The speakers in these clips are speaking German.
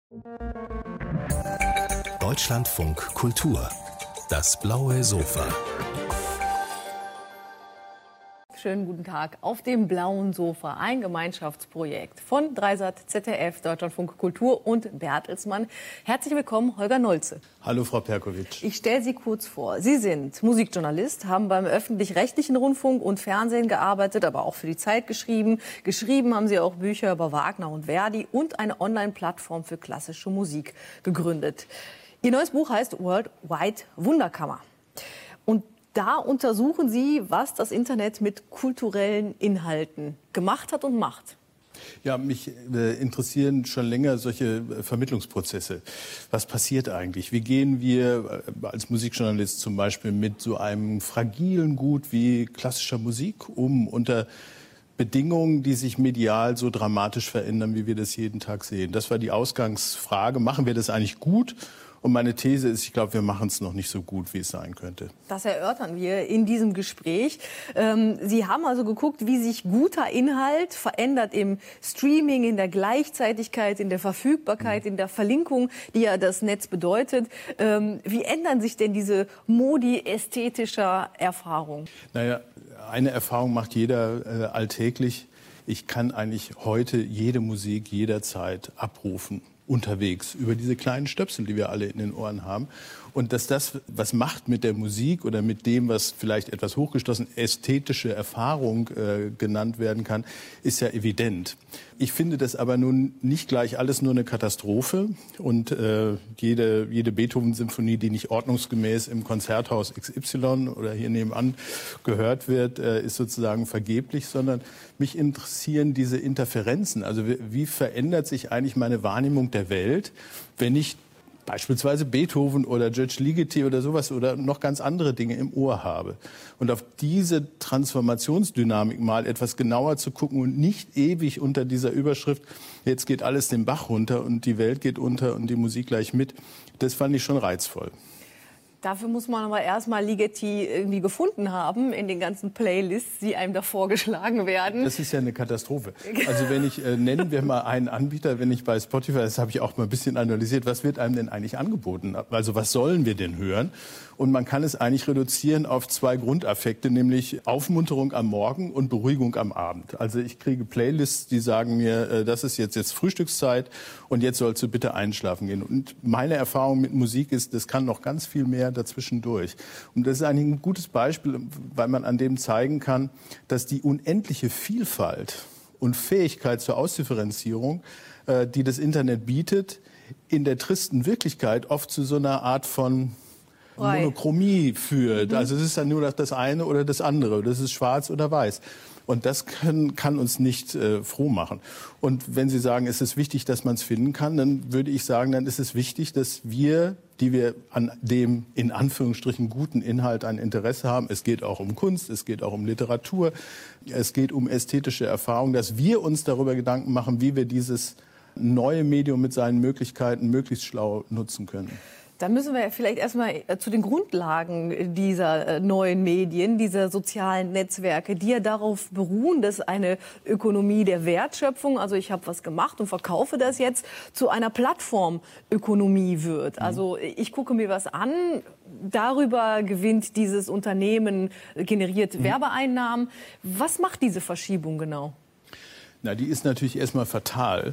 Deutschlandfunk Kultur. Das blaue Sofa. Schönen guten Tag auf dem blauen Sofa. Ein Gemeinschaftsprojekt von Dreisat, ZDF, Deutschlandfunk Kultur und Bertelsmann. Herzlich willkommen, Holger Nolze. Hallo, Frau Perkovic. Ich stelle Sie kurz vor. Sie sind Musikjournalist, haben beim öffentlich-rechtlichen Rundfunk und Fernsehen gearbeitet, aber auch für die Zeit geschrieben. Geschrieben haben Sie auch Bücher über Wagner und Verdi und eine Online-Plattform für klassische Musik gegründet. Ihr neues Buch heißt World Wide Wunderkammer. Und da untersuchen Sie, was das Internet mit kulturellen Inhalten gemacht hat und macht. Ja, mich interessieren schon länger solche Vermittlungsprozesse. Was passiert eigentlich? Wie gehen wir als Musikjournalist zum Beispiel mit so einem fragilen Gut wie klassischer Musik um, unter Bedingungen, die sich medial so dramatisch verändern, wie wir das jeden Tag sehen? Das war die Ausgangsfrage. Machen wir das eigentlich gut? Und meine These ist, ich glaube, wir machen es noch nicht so gut, wie es sein könnte. Das erörtern wir in diesem Gespräch. Sie haben also geguckt, wie sich guter Inhalt verändert im Streaming, in der Gleichzeitigkeit, in der Verfügbarkeit, in der Verlinkung, die ja das Netz bedeutet. Wie ändern sich denn diese Modi ästhetischer Erfahrung? Naja, eine Erfahrung macht jeder alltäglich. Ich kann eigentlich heute jede Musik jederzeit abrufen. Unterwegs, über diese kleinen Stöpsel, die wir alle in den Ohren haben. Und dass das was macht mit der Musik oder mit dem, was vielleicht etwas hochgeschlossen ästhetische Erfahrung genannt werden kann, ist ja evident. Ich finde das aber nun nicht gleich alles nur eine Katastrophe. Und jede Beethoven-Symphonie, die nicht ordnungsgemäß im Konzerthaus XY oder hier nebenan gehört wird, ist sozusagen vergeblich, sondern mich interessieren diese Interferenzen. Also wie verändert sich eigentlich meine Wahrnehmung der Welt, wenn ich beispielsweise Beethoven oder George Ligeti oder sowas oder noch ganz andere Dinge im Ohr habe. Und auf diese Transformationsdynamik mal etwas genauer zu gucken und nicht ewig unter dieser Überschrift, jetzt geht alles den Bach runter und die Welt geht unter und die Musik gleich mit, das fand ich schon reizvoll. Dafür muss man aber erstmal Ligeti irgendwie gefunden haben in den ganzen Playlists, die einem da vorgeschlagen werden. Das ist ja eine Katastrophe. Also wenn ich, nennen wir mal einen Anbieter, wenn ich bei Spotify, das habe ich auch mal ein bisschen analysiert, was wird einem denn eigentlich angeboten? Also was sollen wir denn hören? Und man kann es eigentlich reduzieren auf zwei Grundaffekte, nämlich Aufmunterung am Morgen und Beruhigung am Abend. Also ich kriege Playlists, die sagen mir, das ist jetzt Frühstückszeit und jetzt sollst du bitte einschlafen gehen. Und meine Erfahrung mit Musik ist, das kann noch ganz viel mehr dazwischen durch. Und das ist eigentlich ein gutes Beispiel, weil man an dem zeigen kann, dass die unendliche Vielfalt und Fähigkeit zur Ausdifferenzierung, die das Internet bietet, in der tristen Wirklichkeit oft zu so einer Art von Monochromie führt. Also es ist dann nur das eine oder das andere. Das ist schwarz oder weiß. Und das kann uns nicht froh machen. Und wenn Sie sagen, es ist wichtig, dass man es finden kann, dann würde ich sagen, dann ist es wichtig, dass wir, die wir an dem in Anführungsstrichen guten Inhalt ein Interesse haben, es geht auch um Kunst, es geht auch um Literatur, es geht um ästhetische Erfahrung, dass wir uns darüber Gedanken machen, wie wir dieses neue Medium mit seinen Möglichkeiten möglichst schlau nutzen können. Da müssen wir vielleicht erstmal zu den Grundlagen dieser neuen Medien, dieser sozialen Netzwerke, die ja darauf beruhen, dass eine Ökonomie der Wertschöpfung, also ich habe was gemacht und verkaufe das jetzt, zu einer Plattformökonomie wird. Also ich gucke mir was an, darüber gewinnt dieses Unternehmen, generiert Werbeeinnahmen. Was macht diese Verschiebung genau? Na, die ist natürlich erstmal fatal,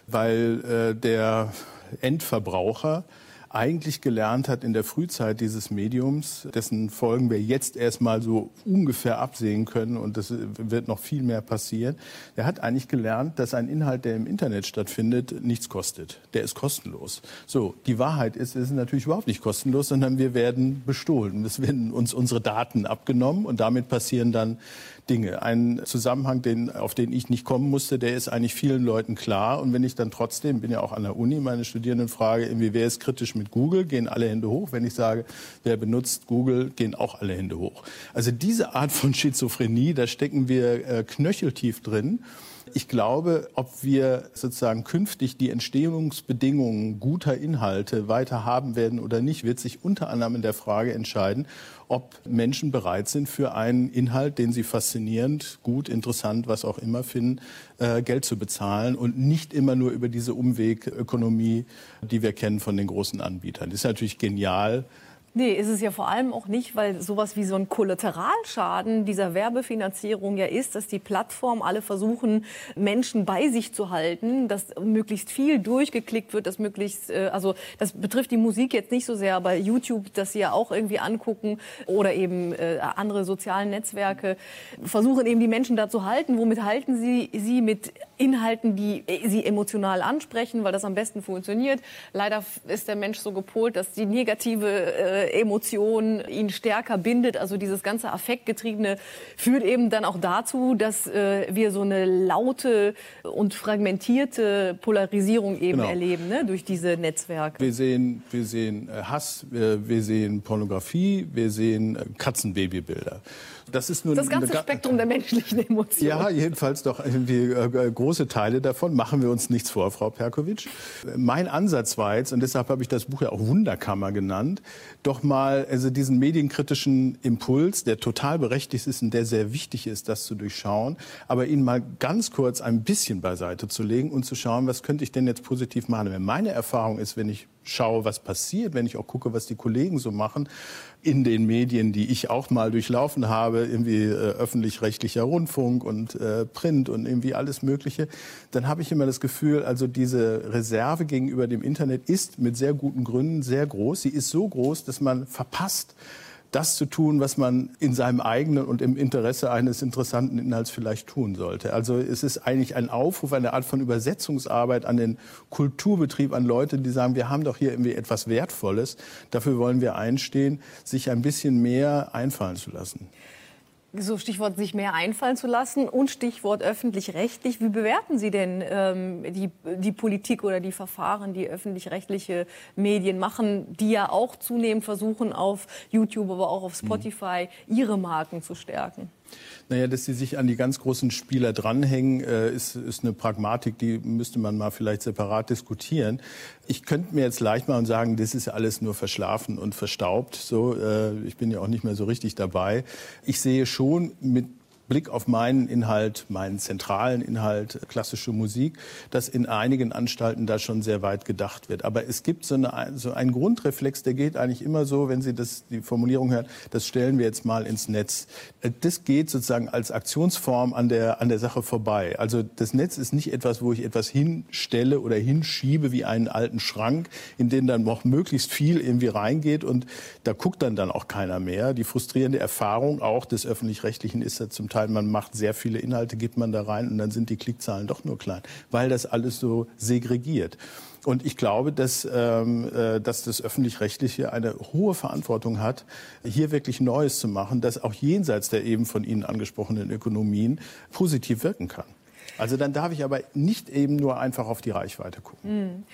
weil der Endverbraucher eigentlich gelernt hat in der Frühzeit dieses Mediums, dessen Folgen wir jetzt erstmal so ungefähr absehen können und das wird noch viel mehr passieren. Der hat eigentlich gelernt, dass ein Inhalt, der im Internet stattfindet, nichts kostet. Der ist kostenlos. So, die Wahrheit ist, es ist natürlich überhaupt nicht kostenlos, sondern wir werden bestohlen. Es werden uns unsere Daten abgenommen und damit passieren dann Dinge. Ein Zusammenhang, auf den ich nicht kommen musste, der ist eigentlich vielen Leuten klar. Und wenn ich dann trotzdem, bin ja auch an der Uni, meine Studierenden frage, irgendwie, wer ist kritisch mit Google, gehen alle Hände hoch. Wenn ich sage, wer benutzt Google, gehen auch alle Hände hoch. Also diese Art von Schizophrenie, da stecken wir knöcheltief drin. Ich glaube, ob wir sozusagen künftig die Entstehungsbedingungen guter Inhalte weiter haben werden oder nicht, wird sich unter anderem in der Frage entscheiden, ob Menschen bereit sind, für einen Inhalt, den sie faszinierend, gut, interessant, was auch immer finden, Geld zu bezahlen und nicht immer nur über diese Umwegökonomie, die wir kennen von den großen Anbietern. Das ist natürlich genial. Nee, ist es ja vor allem auch nicht, weil sowas wie so ein Kollateralschaden dieser Werbefinanzierung ja ist, dass die Plattformen alle versuchen, Menschen bei sich zu halten, dass möglichst viel durchgeklickt wird, dass möglichst, also das betrifft die Musik jetzt nicht so sehr, aber YouTube, das sie ja auch irgendwie angucken oder eben andere sozialen Netzwerke, versuchen eben die Menschen da zu halten. Womit halten sie mit Inhalten, die sie emotional ansprechen, weil das am besten funktioniert. Leider ist der Mensch so gepolt, dass die negative Emotion ihn stärker bindet. Also dieses ganze Affektgetriebene führt eben dann auch dazu, dass wir so eine laute und fragmentierte Polarisierung eben erleben, ne, durch diese Netzwerke. Wir sehen Hass, wir sehen Pornografie, wir sehen Katzenbabybilder. Das ist nun das ganze Spektrum der menschlichen Emotionen. Ja, jedenfalls doch irgendwie große Teile davon. Machen wir uns nichts vor, Frau Perković. Mein Ansatz war jetzt, und deshalb habe ich das Buch ja auch Wunderkammer genannt, doch mal also diesen medienkritischen Impuls, der total berechtigt ist und der sehr wichtig ist, das zu durchschauen, aber ihn mal ganz kurz ein bisschen beiseite zu legen und zu schauen, was könnte ich denn jetzt positiv machen. Wenn meine Erfahrung ist, wenn ich schaue, was passiert, wenn ich auch gucke, was die Kollegen so machen in den Medien, die ich auch mal durchlaufen habe, irgendwie öffentlich-rechtlicher Rundfunk und Print und irgendwie alles Mögliche, dann habe ich immer das Gefühl, also diese Reserve gegenüber dem Internet ist mit sehr guten Gründen sehr groß. Sie ist so groß, dass man verpasst, das zu tun, was man in seinem eigenen und im Interesse eines interessanten Inhalts vielleicht tun sollte. Also es ist eigentlich ein Aufruf, eine Art von Übersetzungsarbeit an den Kulturbetrieb, an Leute, die sagen, wir haben doch hier irgendwie etwas Wertvolles, dafür wollen wir einstehen, sich ein bisschen mehr einfallen zu lassen. So Stichwort sich mehr einfallen zu lassen und Stichwort öffentlich-rechtlich. Wie bewerten Sie denn die Politik oder die Verfahren, die öffentlich-rechtliche Medien machen, die ja auch zunehmend versuchen, auf YouTube, aber auch auf Spotify ihre Marken zu stärken? Naja, dass sie sich an die ganz großen Spieler dranhängen, ist eine Pragmatik, die müsste man mal vielleicht separat diskutieren. Ich könnte mir jetzt leicht machen und sagen, das ist alles nur verschlafen und verstaubt. So, ich bin ja auch nicht mehr so richtig dabei. Ich sehe schon mit Blick auf meinen Inhalt, meinen zentralen Inhalt, klassische Musik, dass in einigen Anstalten da schon sehr weit gedacht wird. Aber es gibt so einen Grundreflex, der geht eigentlich immer so, wenn Sie die Formulierung hören, das stellen wir jetzt mal ins Netz. Das geht sozusagen als Aktionsform an der Sache vorbei. Also das Netz ist nicht etwas, wo ich etwas hinstelle oder hinschiebe wie einen alten Schrank, in den dann noch möglichst viel irgendwie reingeht und da guckt dann auch keiner mehr. Die frustrierende Erfahrung auch des Öffentlich-Rechtlichen ist ja zum Teil, man macht sehr viele Inhalte, gibt man da rein und dann sind die Klickzahlen doch nur klein, weil das alles so segregiert. Und ich glaube, dass das Öffentlich-Rechtliche eine hohe Verantwortung hat, hier wirklich Neues zu machen, das auch jenseits der eben von Ihnen angesprochenen Ökonomien positiv wirken kann. Also dann darf ich aber nicht eben nur einfach auf die Reichweite gucken.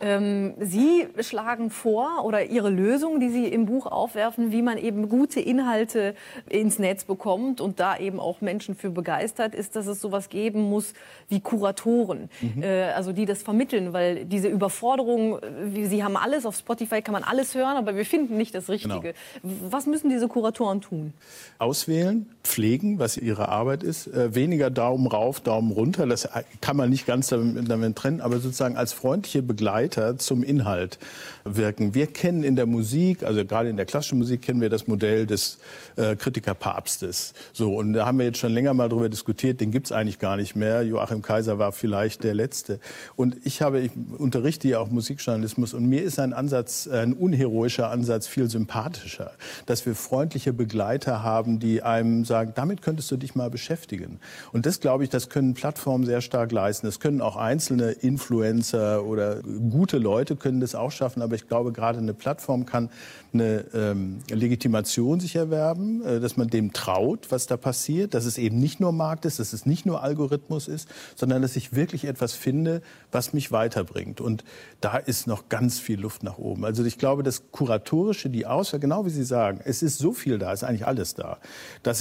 Sie schlagen vor, oder Ihre Lösung, die Sie im Buch aufwerfen, wie man eben gute Inhalte ins Netz bekommt und da eben auch Menschen für begeistert, ist, dass es sowas geben muss wie Kuratoren, also die das vermitteln, weil diese Überforderung, Sie haben alles, auf Spotify kann man alles hören, aber wir finden nicht das Richtige. Genau. Was müssen diese Kuratoren tun? Auswählen, pflegen, was ihre Arbeit ist, weniger Daumen rauf, Daumen runter, das kann man nicht ganz damit trennen, aber sozusagen als freundliche Begleiter zum Inhalt wirken. Wir kennen in der Musik, also gerade in der klassischen Musik, kennen wir das Modell des Kritikerpapstes. So, und da haben wir jetzt schon länger mal drüber diskutiert, den gibt's eigentlich gar nicht mehr. Joachim Kaiser war vielleicht der Letzte. Und ich unterrichte ja auch Musikjournalismus und mir ist ein unheroischer Ansatz viel sympathischer, dass wir freundliche Begleiter haben, die einem sagen, damit könntest du dich mal beschäftigen. Und das, glaube ich, das können Plattformen sehr stark leisten. Das können auch einzelne Influencer oder gute Leute können das auch schaffen, aber ich glaube, gerade eine Plattform kann eine Legitimation sich erwerben, dass man dem traut, was da passiert, dass es eben nicht nur Markt ist, dass es nicht nur Algorithmus ist, sondern dass ich wirklich etwas finde, was mich weiterbringt. Und da ist noch ganz viel Luft nach oben. Also ich glaube, das Kuratorische, die Auswahl, genau wie Sie sagen, es ist so viel da, ist eigentlich alles da, dass ich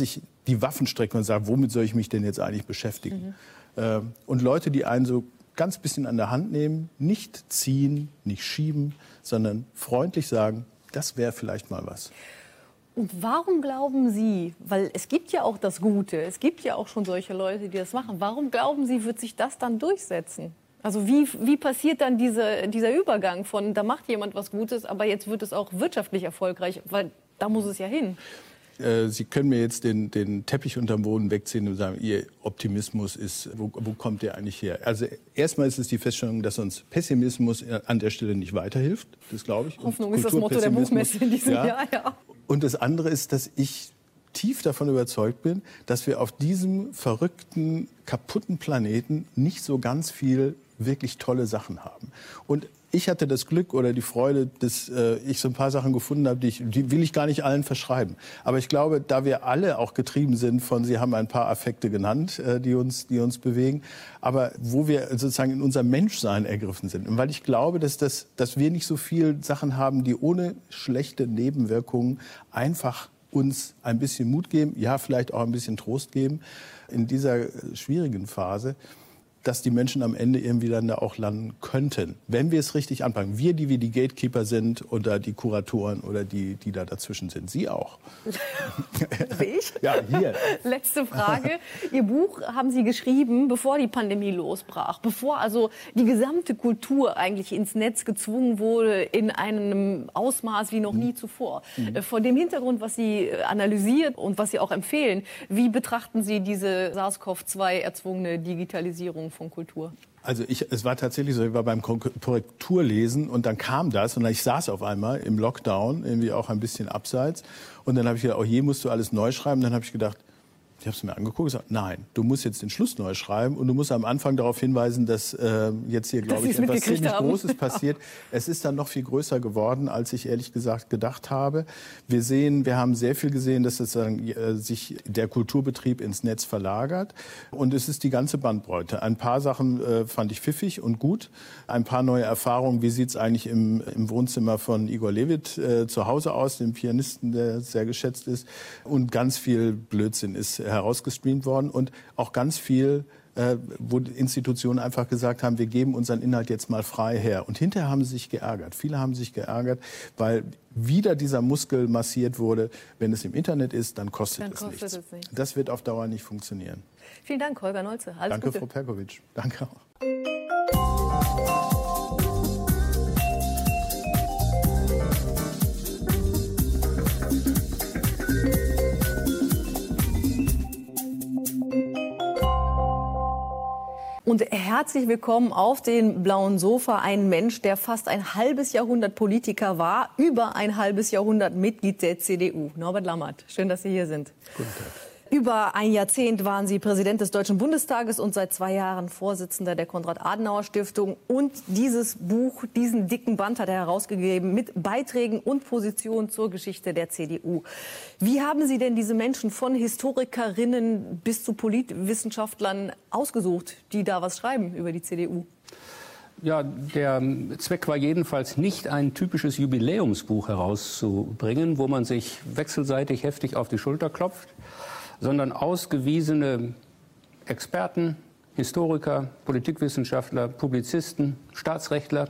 die Waffen strecken und sagen, womit soll ich mich denn jetzt eigentlich beschäftigen? Und Leute, die einen so ganz bisschen an der Hand nehmen, nicht ziehen, nicht schieben, sondern freundlich sagen, das wäre vielleicht mal was. Und warum glauben Sie, weil es gibt ja auch das Gute, es gibt ja auch schon solche Leute, die das machen, warum glauben Sie, wird sich das dann durchsetzen? Also wie passiert dann dieser Übergang von, da macht jemand was Gutes, aber jetzt wird es auch wirtschaftlich erfolgreich, weil da muss es ja hin. Sie können mir jetzt den Teppich unterm Boden wegziehen und sagen, Ihr Optimismus ist, wo kommt der eigentlich her? Also erstmal ist es die Feststellung, dass uns Pessimismus an der Stelle nicht weiterhilft. Das glaube ich. Hoffnung ist das Motto der Buchmesse in diesem Jahr. Ja. Und das andere ist, dass ich tief davon überzeugt bin, dass wir auf diesem verrückten, kaputten Planeten nicht so ganz viel wirklich tolle Sachen haben. Und ich hatte das Glück oder die Freude, dass ich so ein paar Sachen gefunden habe, die will ich gar nicht allen verschreiben. Aber ich glaube, da wir alle auch getrieben sind von, Sie haben ein paar Affekte genannt, die uns bewegen, aber wo wir sozusagen in unser Menschsein ergriffen sind. Und weil ich glaube, dass wir nicht so viel Sachen haben, die ohne schlechte Nebenwirkungen einfach uns ein bisschen Mut geben, ja, vielleicht auch ein bisschen Trost geben in dieser schwierigen Phase, dass die Menschen am Ende irgendwie dann da auch landen könnten, wenn wir es richtig anpacken. Wir, die die Gatekeeper sind oder die Kuratoren oder die da dazwischen sind. Sie auch. Ich? Ja, hier. Letzte Frage. Ihr Buch haben Sie geschrieben, bevor die Pandemie losbrach, bevor also die gesamte Kultur eigentlich ins Netz gezwungen wurde in einem Ausmaß wie noch nie zuvor. Vor dem Hintergrund, was Sie analysiert und was Sie auch empfehlen, wie betrachten Sie diese SARS-CoV-2 erzwungene Digitalisierung von Kultur? Also es war tatsächlich so, ich war beim Korrekturlesen und dann kam das und ich saß auf einmal im Lockdown, irgendwie auch ein bisschen abseits und dann habe ich gedacht, oh je, musst du alles neu schreiben. Dann habe ich gedacht, ich habe es mir angeguckt und gesagt, nein, du musst jetzt den Schluss neu schreiben und du musst am Anfang darauf hinweisen, dass jetzt hier, glaube ich, etwas ziemlich Großes passiert. Es ist dann noch viel größer geworden, als ich ehrlich gesagt gedacht habe. Wir haben sehr viel gesehen, dass sich der Kulturbetrieb ins Netz verlagert und es ist die ganze Bandbreite. Ein paar Sachen fand ich pfiffig und gut, ein paar neue Erfahrungen. Wie sieht es eigentlich im Wohnzimmer von Igor Levit zu Hause aus, dem Pianisten, der sehr geschätzt ist, und ganz viel Blödsinn ist herausgestreamt worden und auch ganz viel, wo Institutionen einfach gesagt haben, wir geben unseren Inhalt jetzt mal frei her. Und hinterher haben sie sich geärgert. Viele haben sich geärgert, weil wieder dieser Muskel massiert wurde. Wenn es im Internet ist, dann kostet es nichts. Das wird auf Dauer nicht funktionieren. Vielen Dank, Holger Nolze. Alles Danke, Gute. Frau Perkovic. Danke auch. Und herzlich willkommen auf den blauen Sofa. Ein Mensch, der fast ein halbes Jahrhundert Politiker war, über ein halbes Jahrhundert Mitglied der CDU. Norbert Lammert, schön, dass Sie hier sind. Guten Tag. Über ein Jahrzehnt waren Sie Präsident des Deutschen Bundestages und seit 2 Jahren Vorsitzender der Konrad-Adenauer-Stiftung. Und dieses Buch, diesen dicken Band hat er herausgegeben mit Beiträgen und Positionen zur Geschichte der CDU. Wie haben Sie denn diese Menschen von Historikerinnen bis zu Politwissenschaftlern ausgesucht, die da was schreiben über die CDU? Ja, der Zweck war jedenfalls nicht, ein typisches Jubiläumsbuch herauszubringen, wo man sich wechselseitig heftig auf die Schulter klopft, sondern ausgewiesene Experten, Historiker, Politikwissenschaftler, Publizisten, Staatsrechtler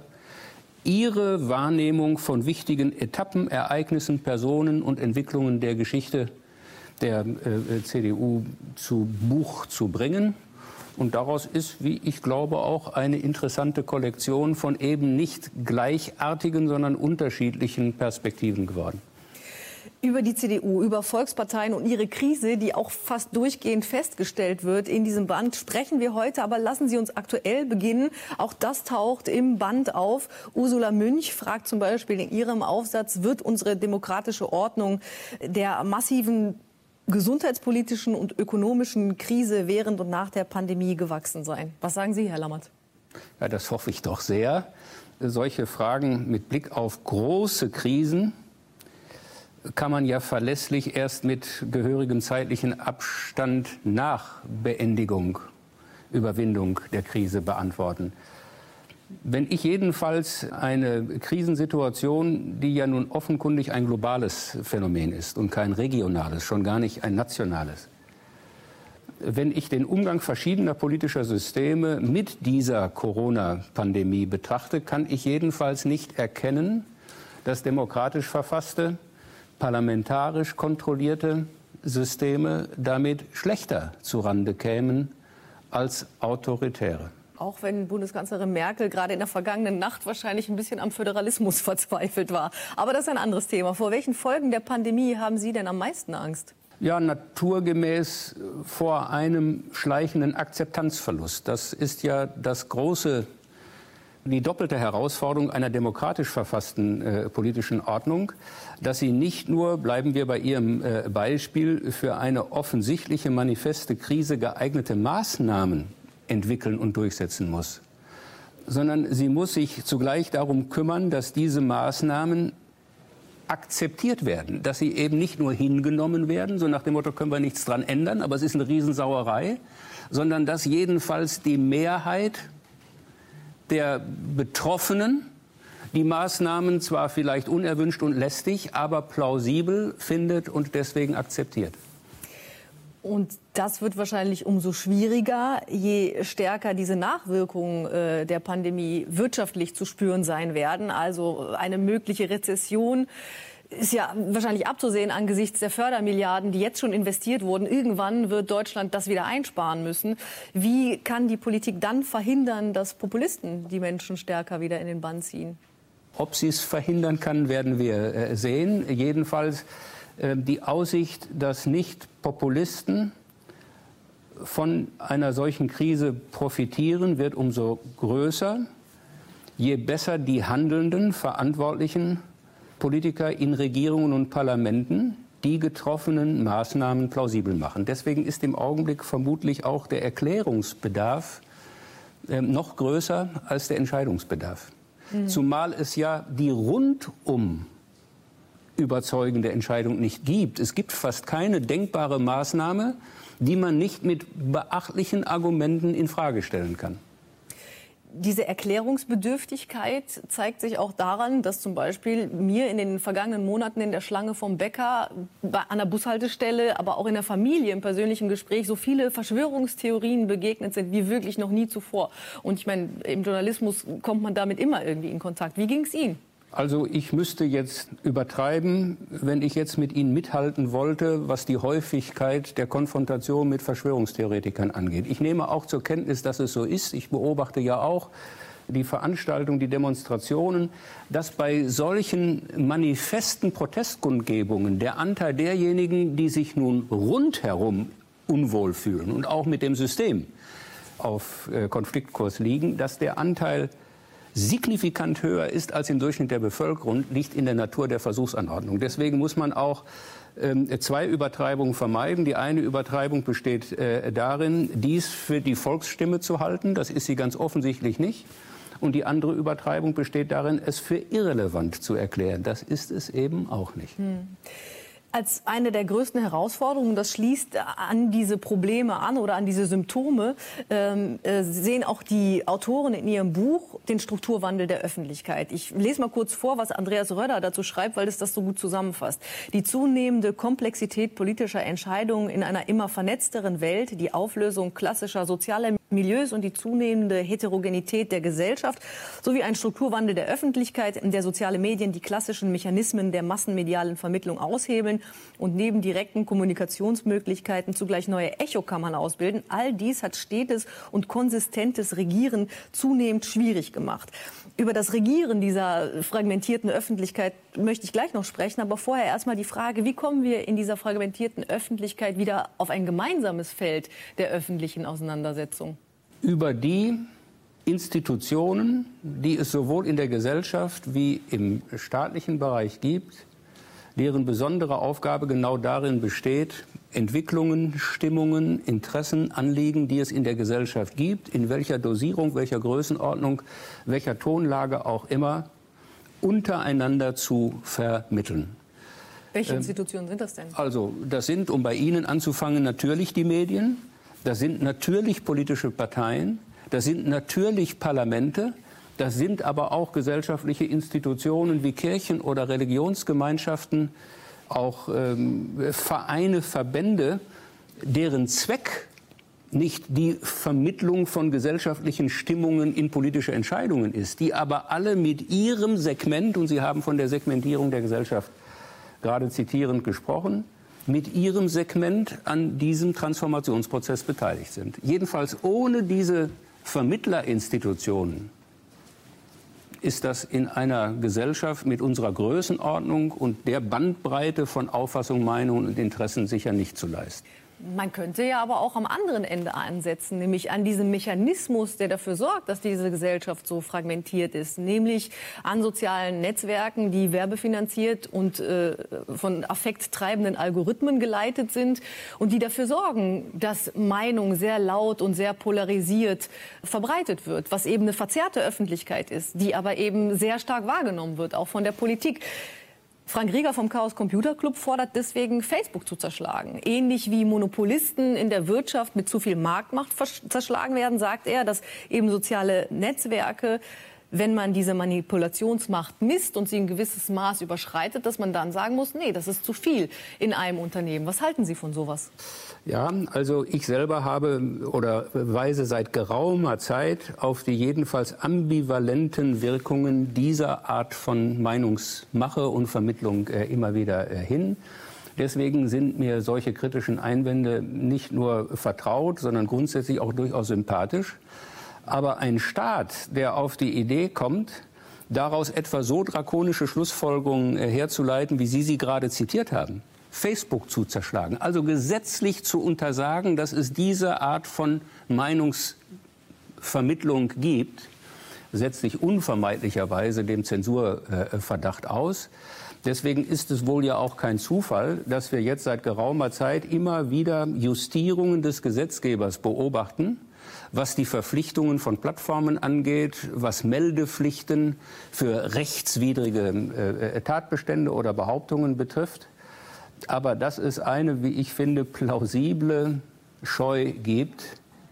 ihre Wahrnehmung von wichtigen Etappen, Ereignissen, Personen und Entwicklungen der Geschichte der CDU zu Buch zu bringen. Und daraus ist, wie ich glaube, auch eine interessante Kollektion von eben nicht gleichartigen, sondern unterschiedlichen Perspektiven geworden. Über die CDU, über Volksparteien und ihre Krise, die auch fast durchgehend festgestellt wird in diesem Band, sprechen wir heute. Aber lassen Sie uns aktuell beginnen. Auch das taucht im Band auf. Ursula Münch fragt zum Beispiel in ihrem Aufsatz, wird unsere demokratische Ordnung der massiven gesundheitspolitischen und ökonomischen Krise während und nach der Pandemie gewachsen sein? Was sagen Sie, Herr Lammert? Ja, das hoffe ich doch sehr. Solche Fragen mit Blick auf große Krisen kann man ja verlässlich erst mit gehörigem zeitlichen Abstand nach Beendigung, Überwindung der Krise beantworten. Wenn ich jedenfalls eine Krisensituation, die ja nun offenkundig ein globales Phänomen ist und kein regionales, schon gar nicht ein nationales, Wenn ich den Umgang verschiedener politischer Systeme mit dieser Corona-Pandemie betrachte, kann ich jedenfalls nicht erkennen, dass demokratisch verfasste, parlamentarisch kontrollierte Systeme damit schlechter zurande kämen als autoritäre. Auch wenn Bundeskanzlerin Merkel gerade in der vergangenen Nacht wahrscheinlich ein bisschen am Föderalismus verzweifelt war. Aber das ist ein anderes Thema. Vor welchen Folgen der Pandemie haben Sie denn am meisten Angst? Ja, naturgemäß vor einem schleichenden Akzeptanzverlust. Das ist ja die doppelte Herausforderung einer demokratisch verfassten politischen Ordnung, dass sie nicht nur, bleiben wir bei Ihrem Beispiel, für eine offensichtliche manifeste Krise geeignete Maßnahmen entwickeln und durchsetzen muss, sondern sie muss sich zugleich darum kümmern, dass diese Maßnahmen akzeptiert werden, dass sie eben nicht nur hingenommen werden, so nach dem Motto, können wir nichts dran ändern, aber es ist eine Riesensauerei, sondern dass jedenfalls die Mehrheit der Betroffenen die Maßnahmen zwar vielleicht unerwünscht und lästig, aber plausibel findet und deswegen akzeptiert. Und das wird wahrscheinlich umso schwieriger, je stärker diese Nachwirkungen der Pandemie wirtschaftlich zu spüren sein werden. Also eine mögliche Rezession ist ja wahrscheinlich abzusehen angesichts der Fördermilliarden, die jetzt schon investiert wurden. Irgendwann wird Deutschland das wieder einsparen müssen. Wie kann die Politik dann verhindern, dass Populisten die Menschen stärker wieder in den Bann ziehen? Ob sie es verhindern kann, werden wir sehen. Jedenfalls die Aussicht, dass nicht Populisten von einer solchen Krise profitieren, wird umso größer, je besser die handelnden, verantwortlichen Politiker in Regierungen und Parlamenten die getroffenen Maßnahmen plausibel machen. Deswegen ist im Augenblick vermutlich auch der Erklärungsbedarf noch größer als der Entscheidungsbedarf. Zumal es ja die rundum überzeugende Entscheidung nicht gibt. Es gibt fast keine denkbare Maßnahme, die man nicht mit beachtlichen Argumenten in Frage stellen kann. Diese Erklärungsbedürftigkeit zeigt sich auch daran, dass zum Beispiel mir in den vergangenen Monaten in der Schlange vom Bäcker, an der Bushaltestelle, aber auch in der Familie im persönlichen Gespräch so viele Verschwörungstheorien begegnet sind wie wirklich noch nie zuvor. Und ich meine, im Journalismus kommt man damit immer irgendwie in Kontakt. Wie ging es Ihnen? Also ich müsste jetzt übertreiben, wenn ich jetzt mit Ihnen mithalten wollte, was die Häufigkeit der Konfrontation mit Verschwörungstheoretikern angeht. Ich nehme auch zur Kenntnis, dass es so ist. Ich beobachte ja auch die Veranstaltungen, die Demonstrationen, dass bei solchen manifesten Protestkundgebungen der Anteil derjenigen, die sich nun rundherum unwohl fühlen und auch mit dem System auf Konfliktkurs liegen, dass der Anteil signifikant höher ist als im Durchschnitt der Bevölkerung, liegt in der Natur der Versuchsanordnung. Deswegen muss man auch zwei Übertreibungen vermeiden. Die eine Übertreibung besteht darin, dies für die Volksstimme zu halten. Das ist sie ganz offensichtlich nicht. Und die andere Übertreibung besteht darin, es für irrelevant zu erklären. Das ist es eben auch nicht. Als eine der größten Herausforderungen, das schließt an diese Probleme an oder an diese Symptome, sehen auch die Autoren in ihrem Buch den Strukturwandel der Öffentlichkeit. Ich lese mal kurz vor, was Andreas Röder dazu schreibt, weil es das so gut zusammenfasst. Die zunehmende Komplexität politischer Entscheidungen in einer immer vernetzteren Welt, die Auflösung klassischer sozialer Milieus und die zunehmende Heterogenität der Gesellschaft sowie ein Strukturwandel der Öffentlichkeit, in der soziale Medien die klassischen Mechanismen der massenmedialen Vermittlung aushebeln und neben direkten Kommunikationsmöglichkeiten zugleich neue Echokammern ausbilden. All dies hat stetes und konsistentes Regieren zunehmend schwierig gemacht. Über das Regieren dieser fragmentierten Öffentlichkeit möchte ich gleich noch sprechen, aber vorher erstmal die Frage, wie kommen wir in dieser fragmentierten Öffentlichkeit wieder auf ein gemeinsames Feld der öffentlichen Auseinandersetzung? Über die Institutionen, die es sowohl in der Gesellschaft wie im staatlichen Bereich gibt, deren besondere Aufgabe genau darin besteht, Entwicklungen, Stimmungen, Interessen, Anliegen, die es in der Gesellschaft gibt, in welcher Dosierung, welcher Größenordnung, welcher Tonlage auch immer, untereinander zu vermitteln. Welche Institutionen sind das denn? Also, das sind, um bei Ihnen anzufangen, natürlich die Medien, das sind natürlich politische Parteien, das sind natürlich Parlamente, das sind aber auch gesellschaftliche Institutionen wie Kirchen oder Religionsgemeinschaften, auch Vereine, Verbände, deren Zweck nicht die Vermittlung von gesellschaftlichen Stimmungen in politische Entscheidungen ist, die aber alle mit ihrem Segment, und Sie haben von der Segmentierung der Gesellschaft gerade zitierend gesprochen, mit ihrem Segment an diesem Transformationsprozess beteiligt sind. Jedenfalls ohne diese Vermittlerinstitutionen ist das in einer Gesellschaft mit unserer Größenordnung und der Bandbreite von Auffassung, Meinungen und Interessen sicher nicht zu leisten. Man könnte ja aber auch am anderen Ende ansetzen, nämlich an diesem Mechanismus, der dafür sorgt, dass diese Gesellschaft so fragmentiert ist, nämlich an sozialen Netzwerken, die werbefinanziert und von affekttreibenden Algorithmen geleitet sind und die dafür sorgen, dass Meinung sehr laut und sehr polarisiert verbreitet wird, was eben eine verzerrte Öffentlichkeit ist, die aber eben sehr stark wahrgenommen wird, auch von der Politik. Frank Rieger vom Chaos Computer Club fordert deswegen, Facebook zu zerschlagen. Ähnlich wie Monopolisten in der Wirtschaft mit zu viel Marktmacht zerschlagen werden, sagt er, dass eben soziale Netzwerke, wenn man diese Manipulationsmacht misst und sie ein gewisses Maß überschreitet, dass man dann sagen muss, nee, das ist zu viel in einem Unternehmen. Was halten Sie von sowas? Ja, also ich selber weise seit geraumer Zeit auf die jedenfalls ambivalenten Wirkungen dieser Art von Meinungsmache und Vermittlung immer wieder hin. Deswegen sind mir solche kritischen Einwände nicht nur vertraut, sondern grundsätzlich auch durchaus sympathisch. Aber ein Staat, der auf die Idee kommt, daraus etwa so drakonische Schlussfolgerungen herzuleiten, wie Sie sie gerade zitiert haben, Facebook zu zerschlagen, also gesetzlich zu untersagen, dass es diese Art von Meinungsvermittlung gibt, setzt sich unvermeidlicherweise dem Zensurverdacht aus. Deswegen ist es wohl ja auch kein Zufall, dass wir jetzt seit geraumer Zeit immer wieder Justierungen des Gesetzgebers beobachten, was die Verpflichtungen von Plattformen angeht, was Meldepflichten für rechtswidrige Tatbestände oder Behauptungen betrifft. Aber dass es eine, wie ich finde, plausible Scheu gibt,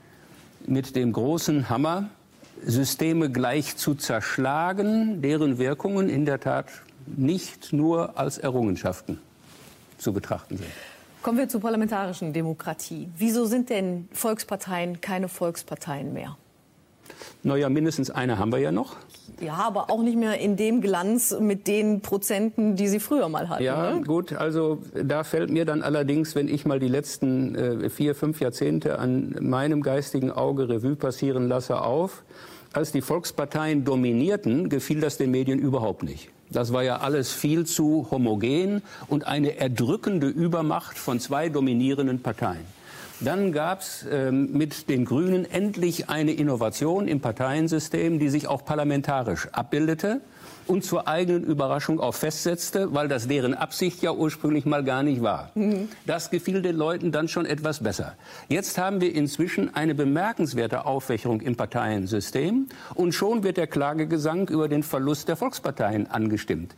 mit dem großen Hammer Systeme gleich zu zerschlagen, deren Wirkungen in der Tat nicht nur als Errungenschaften zu betrachten sind. Kommen wir zur parlamentarischen Demokratie. Wieso sind denn Volksparteien keine Volksparteien mehr? Naja, mindestens eine haben wir ja noch. Ja, aber auch nicht mehr in dem Glanz mit den Prozenten, die sie früher mal hatten. Ja, ne? Gut, also da fällt mir dann allerdings, wenn ich mal die letzten 4, 5 Jahrzehnte an meinem geistigen Auge Revue passieren lasse, auf. Als die Volksparteien dominierten, gefiel das den Medien überhaupt nicht. Das war ja alles viel zu homogen und eine erdrückende Übermacht von 2 dominierenden Parteien. Dann gab es mit den Grünen endlich eine Innovation im Parteiensystem, die sich auch parlamentarisch abbildete und zur eigenen Überraschung auch festsetzte, weil das deren Absicht ja ursprünglich mal gar nicht war. Das gefiel den Leuten dann schon etwas besser. Jetzt haben wir inzwischen eine bemerkenswerte Aufwächerung im Parteiensystem und schon wird der Klagegesang über den Verlust der Volksparteien angestimmt.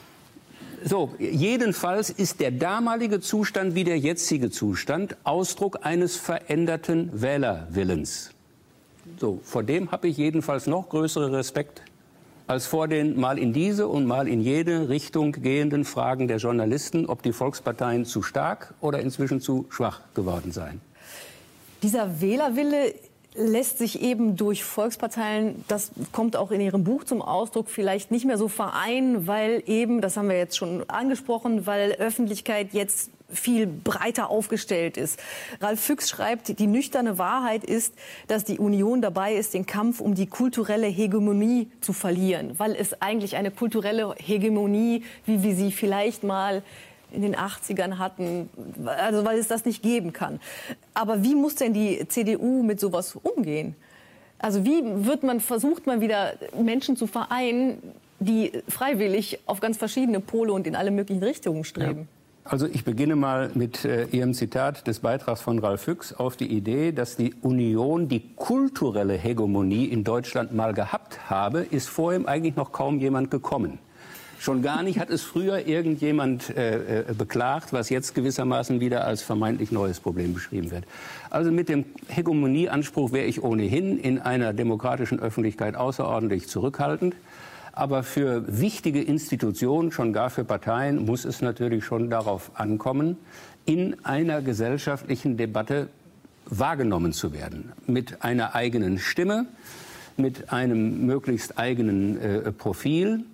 So, jedenfalls ist der damalige Zustand wie der jetzige Zustand Ausdruck eines veränderten Wählerwillens. So, vor dem habe ich jedenfalls noch größeren Respekt als vor den mal in diese und mal in jede Richtung gehenden Fragen der Journalisten, ob die Volksparteien zu stark oder inzwischen zu schwach geworden seien. Dieser Wählerwille lässt sich eben durch Volksparteien, das kommt auch in Ihrem Buch zum Ausdruck, vielleicht nicht mehr so vereinen, weil eben, das haben wir jetzt schon angesprochen, weil Öffentlichkeit jetzt viel breiter aufgestellt ist. Ralf Füchs schreibt, die nüchterne Wahrheit ist, dass die Union dabei ist, den Kampf um die kulturelle Hegemonie zu verlieren, weil es eigentlich eine kulturelle Hegemonie, wie wir sie vielleicht mal in den 80ern hatten, also weil es das nicht geben kann. Aber wie muss denn die CDU mit sowas umgehen? Also wie versucht man wieder Menschen zu vereinen, die freiwillig auf ganz verschiedene Pole und in alle möglichen Richtungen streben? Ja. Also ich beginne mal mit Ihrem Zitat des Beitrags von Ralf Füchs auf die Idee, dass die Union die kulturelle Hegemonie in Deutschland mal gehabt habe, ist vor ihm eigentlich noch kaum jemand gekommen. Schon gar nicht hat es früher irgendjemand beklagt, was jetzt gewissermaßen wieder als vermeintlich neues Problem beschrieben wird. Also mit dem Hegemonieanspruch wäre ich ohnehin in einer demokratischen Öffentlichkeit außerordentlich zurückhaltend. Aber für wichtige Institutionen, schon gar für Parteien, muss es natürlich schon darauf ankommen, in einer gesellschaftlichen Debatte wahrgenommen zu werden. Mit einer eigenen Stimme, mit einem möglichst eigenen Profil.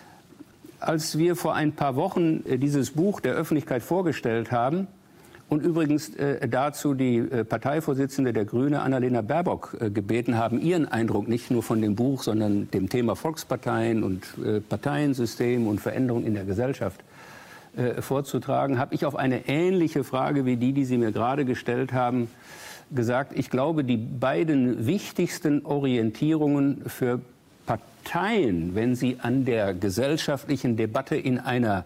Als wir vor ein paar Wochen dieses Buch der Öffentlichkeit vorgestellt haben und übrigens dazu die Parteivorsitzende der Grünen, Annalena Baerbock, gebeten haben, ihren Eindruck nicht nur von dem Buch, sondern dem Thema Volksparteien und Parteiensystem und Veränderung in der Gesellschaft vorzutragen, habe ich auf eine ähnliche Frage wie die Sie mir gerade gestellt haben, gesagt, ich glaube, die beiden wichtigsten Orientierungen für Parteien, wenn sie an der gesellschaftlichen Debatte in einer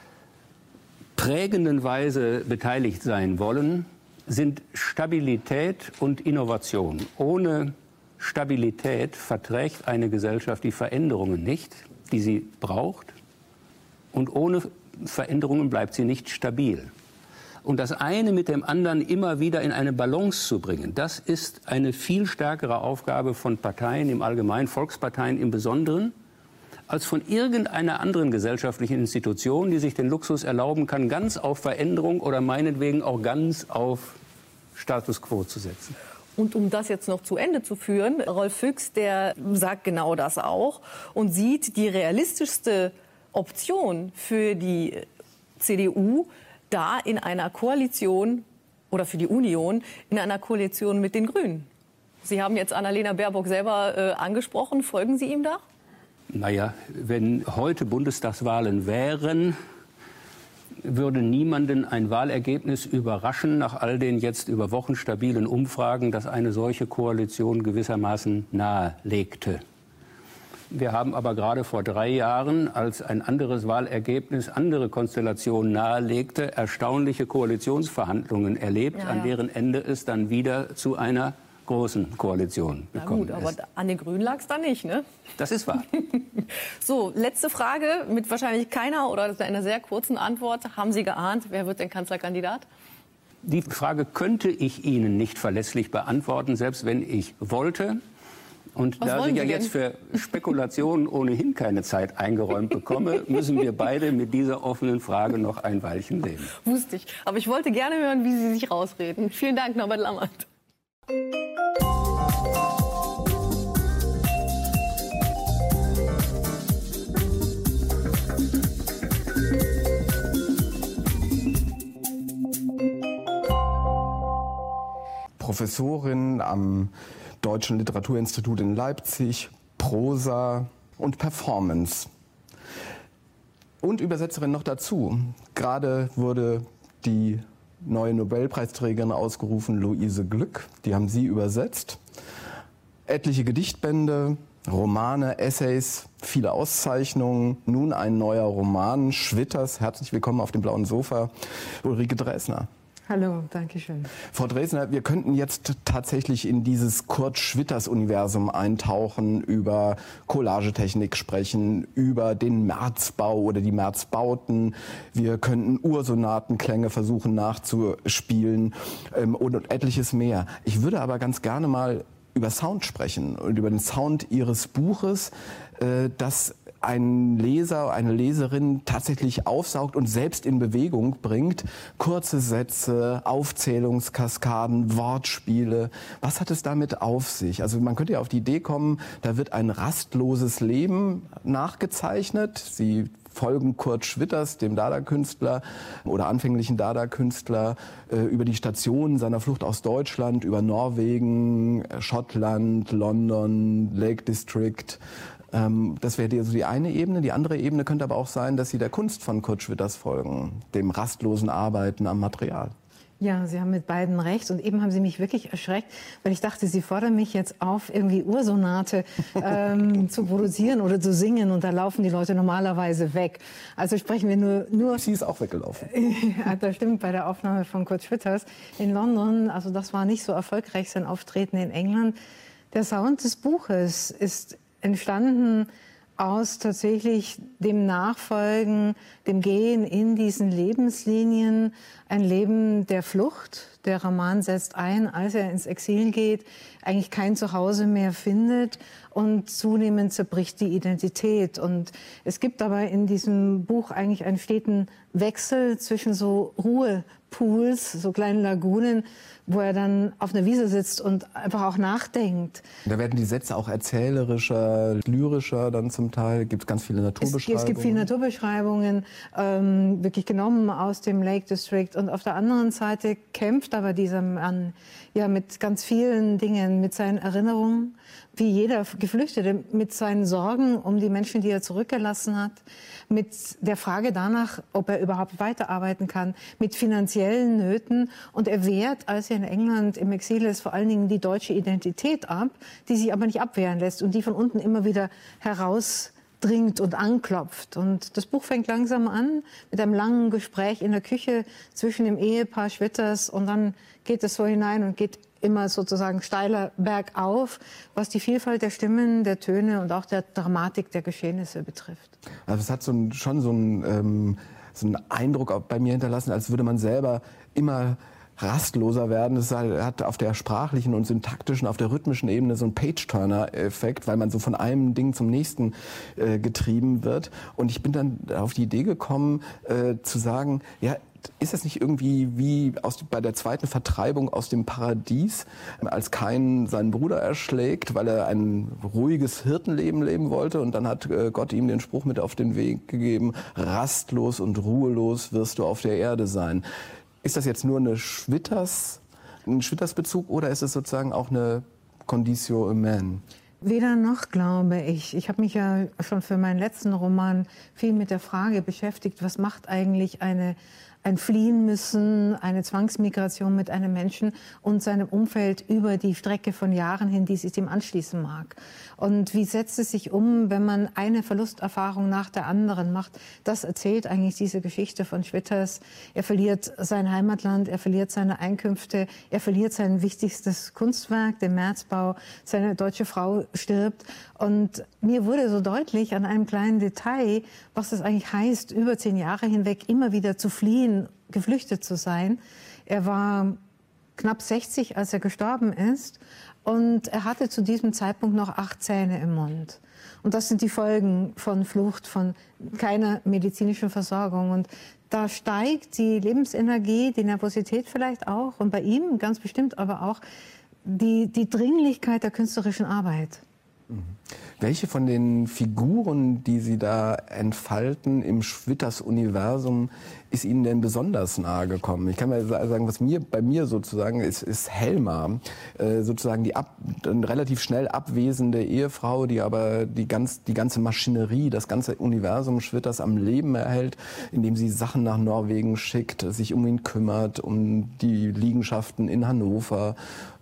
prägenden Weise beteiligt sein wollen, sind Stabilität und Innovation. Ohne Stabilität verträgt eine Gesellschaft die Veränderungen nicht, die sie braucht. Und ohne Veränderungen bleibt sie nicht stabil. Und das eine mit dem anderen immer wieder in eine Balance zu bringen, das ist eine viel stärkere Aufgabe von Parteien im Allgemeinen, Volksparteien im Besonderen, als von irgendeiner anderen gesellschaftlichen Institution, die sich den Luxus erlauben kann, ganz auf Veränderung oder meinetwegen auch ganz auf Status quo zu setzen. Und um das jetzt noch zu Ende zu führen, Rolf Füchs, der sagt genau das auch und sieht die realistischste Option für die CDU da in einer Koalition oder für die Union in einer Koalition mit den Grünen. Sie haben jetzt Annalena Baerbock selber angesprochen. Folgen Sie ihm da? Naja, wenn heute Bundestagswahlen wären, würde niemanden ein Wahlergebnis überraschen, nach all den jetzt über Wochen stabilen Umfragen, das eine solche Koalition gewissermaßen nahelegte. Wir haben aber gerade vor 3 Jahren, als ein anderes Wahlergebnis andere Konstellationen nahelegte, erstaunliche Koalitionsverhandlungen erlebt, an deren Ende es dann wieder zu einer großen Koalition gekommen ist. Na gut, aber an den Grünen lag es da nicht, ne? Das ist wahr. So, letzte Frage mit wahrscheinlich keiner oder einer sehr kurzen Antwort. Haben Sie geahnt, wer wird denn Kanzlerkandidat? Die Frage könnte ich Ihnen nicht verlässlich beantworten, selbst wenn ich wollte. Und da ich ja jetzt für Spekulationen ohnehin keine Zeit eingeräumt bekomme, müssen wir beide mit dieser offenen Frage noch ein Weilchen leben. Wusste ich. Aber ich wollte gerne hören, wie Sie sich rausreden. Vielen Dank, Norbert Lammert. Professorin am Deutschen Literaturinstitut in Leipzig, Prosa und Performance. Und Übersetzerin noch dazu. Gerade wurde die neue Nobelpreisträgerin ausgerufen, Luise Glück. Die haben Sie übersetzt. Etliche Gedichtbände, Romane, Essays, viele Auszeichnungen. Nun ein neuer Roman, Schwitters. Herzlich willkommen auf dem blauen Sofa, Ulrike Dresner. Hallo, danke schön. Frau Dresner, wir könnten jetzt tatsächlich in dieses Kurt-Schwitters-Universum eintauchen, über Collagetechnik sprechen, über den Märzbau oder die Märzbauten. Wir könnten Ursonatenklänge versuchen nachzuspielen und etliches mehr. Ich würde aber ganz gerne mal über Sound sprechen und über den Sound Ihres Buches, das ein Leser, eine Leserin tatsächlich aufsaugt und selbst in Bewegung bringt. Kurze Sätze, Aufzählungskaskaden, Wortspiele. Was hat es damit auf sich? Also man könnte ja auf die Idee kommen, da wird ein rastloses Leben nachgezeichnet. Sie folgen Kurt Schwitters, dem Dada-Künstler oder anfänglichen Dada-Künstler, über die Stationen seiner Flucht aus Deutschland, über Norwegen, Schottland, London, Lake District. Das wäre so die eine Ebene. Die andere Ebene könnte aber auch sein, dass Sie der Kunst von Kurt Schwitters folgen, dem rastlosen Arbeiten am Material. Ja, Sie haben mit beiden recht. Und eben haben Sie mich wirklich erschreckt, weil ich dachte, Sie fordern mich jetzt auf, irgendwie Ursonate zu produzieren oder zu singen. Und da laufen die Leute normalerweise weg. Also sprechen wir nur Sie ist auch weggelaufen. Ja, das stimmt, bei der Aufnahme von Kurt Schwitters in London. Also das war nicht so erfolgreich, sein Auftreten in England. Der Sound des Buches ist entstanden aus tatsächlich dem Nachfolgen, dem Gehen in diesen Lebenslinien, ein Leben der Flucht. Der Roman setzt ein, als er ins Exil geht, eigentlich kein Zuhause mehr findet und zunehmend zerbricht die Identität. Und es gibt aber in diesem Buch eigentlich einen steten Wechsel zwischen so Pools, so kleinen Lagunen, wo er dann auf einer Wiese sitzt und einfach auch nachdenkt. Da werden die Sätze auch erzählerischer, lyrischer dann zum Teil. Gibt es ganz viele Naturbeschreibungen. Es gibt viele Naturbeschreibungen, wirklich genommen aus dem Lake District. Und auf der anderen Seite kämpft aber dieser Mann ja mit ganz vielen Dingen, mit seinen Erinnerungen, wie jeder Geflüchtete, mit seinen Sorgen um die Menschen, die er zurückgelassen hat, mit der Frage danach, ob er überhaupt weiterarbeiten kann, mit finanziellen Nöten. Und er wehrt, als er in England im Exil ist, vor allen Dingen die deutsche Identität ab, die sich aber nicht abwehren lässt und die von unten immer wieder herausdringt und anklopft. Und das Buch fängt langsam an mit einem langen Gespräch in der Küche zwischen dem Ehepaar Schwitters und dann geht es so hinein und geht immer sozusagen steiler bergauf, was die Vielfalt der Stimmen, der Töne und auch der Dramatik der Geschehnisse betrifft. Also es hat schon so einen Eindruck bei mir hinterlassen, als würde man selber immer rastloser werden. Es hat auf der sprachlichen und syntaktischen, auf der rhythmischen Ebene so einen Page-Turner-Effekt, weil man so von einem Ding zum nächsten getrieben wird. Und ich bin dann auf die Idee gekommen, zu sagen, ja, ist das nicht irgendwie wie bei der zweiten Vertreibung aus dem Paradies, als Kain seinen Bruder erschlägt, weil er ein ruhiges Hirtenleben leben wollte und dann hat Gott ihm den Spruch mit auf den Weg gegeben, rastlos und ruhelos wirst du auf der Erde sein. Ist das jetzt nur ein Schwitters-Bezug oder ist es sozusagen auch eine Conditio Humaine? Weder noch, glaube ich. Ich habe mich ja schon für meinen letzten Roman viel mit der Frage beschäftigt, was macht eigentlich ein Fliehen müssen, eine Zwangsmigration mit einem Menschen und seinem Umfeld über die Strecke von Jahren hin, die sich dem anschließen mag. Und wie setzt es sich um, wenn man eine Verlusterfahrung nach der anderen macht? Das erzählt eigentlich diese Geschichte von Schwitters. Er verliert sein Heimatland, er verliert seine Einkünfte, er verliert sein wichtigstes Kunstwerk, den Märzbau. Seine deutsche Frau stirbt. Und mir wurde so deutlich an einem kleinen Detail, was es eigentlich heißt, über 10 Jahre hinweg immer wieder zu fliehen, geflüchtet zu sein. Er war knapp 60, als er gestorben ist. Und er hatte zu diesem Zeitpunkt noch 8 Zähne im Mund. Und das sind die Folgen von Flucht, von keiner medizinischen Versorgung. Und da steigt die Lebensenergie, die Nervosität vielleicht auch. Und bei ihm ganz bestimmt aber auch die Dringlichkeit der künstlerischen Arbeit. Welche von den Figuren, die Sie da entfalten im Schwitters-Universum, ist Ihnen denn besonders nahe gekommen? Ich kann mal sagen, was bei mir sozusagen ist Helma, sozusagen die relativ schnell abwesende Ehefrau, die aber die ganze Maschinerie, das ganze Universum Schwitters am Leben erhält, indem sie Sachen nach Norwegen schickt, sich um ihn kümmert, um die Liegenschaften in Hannover.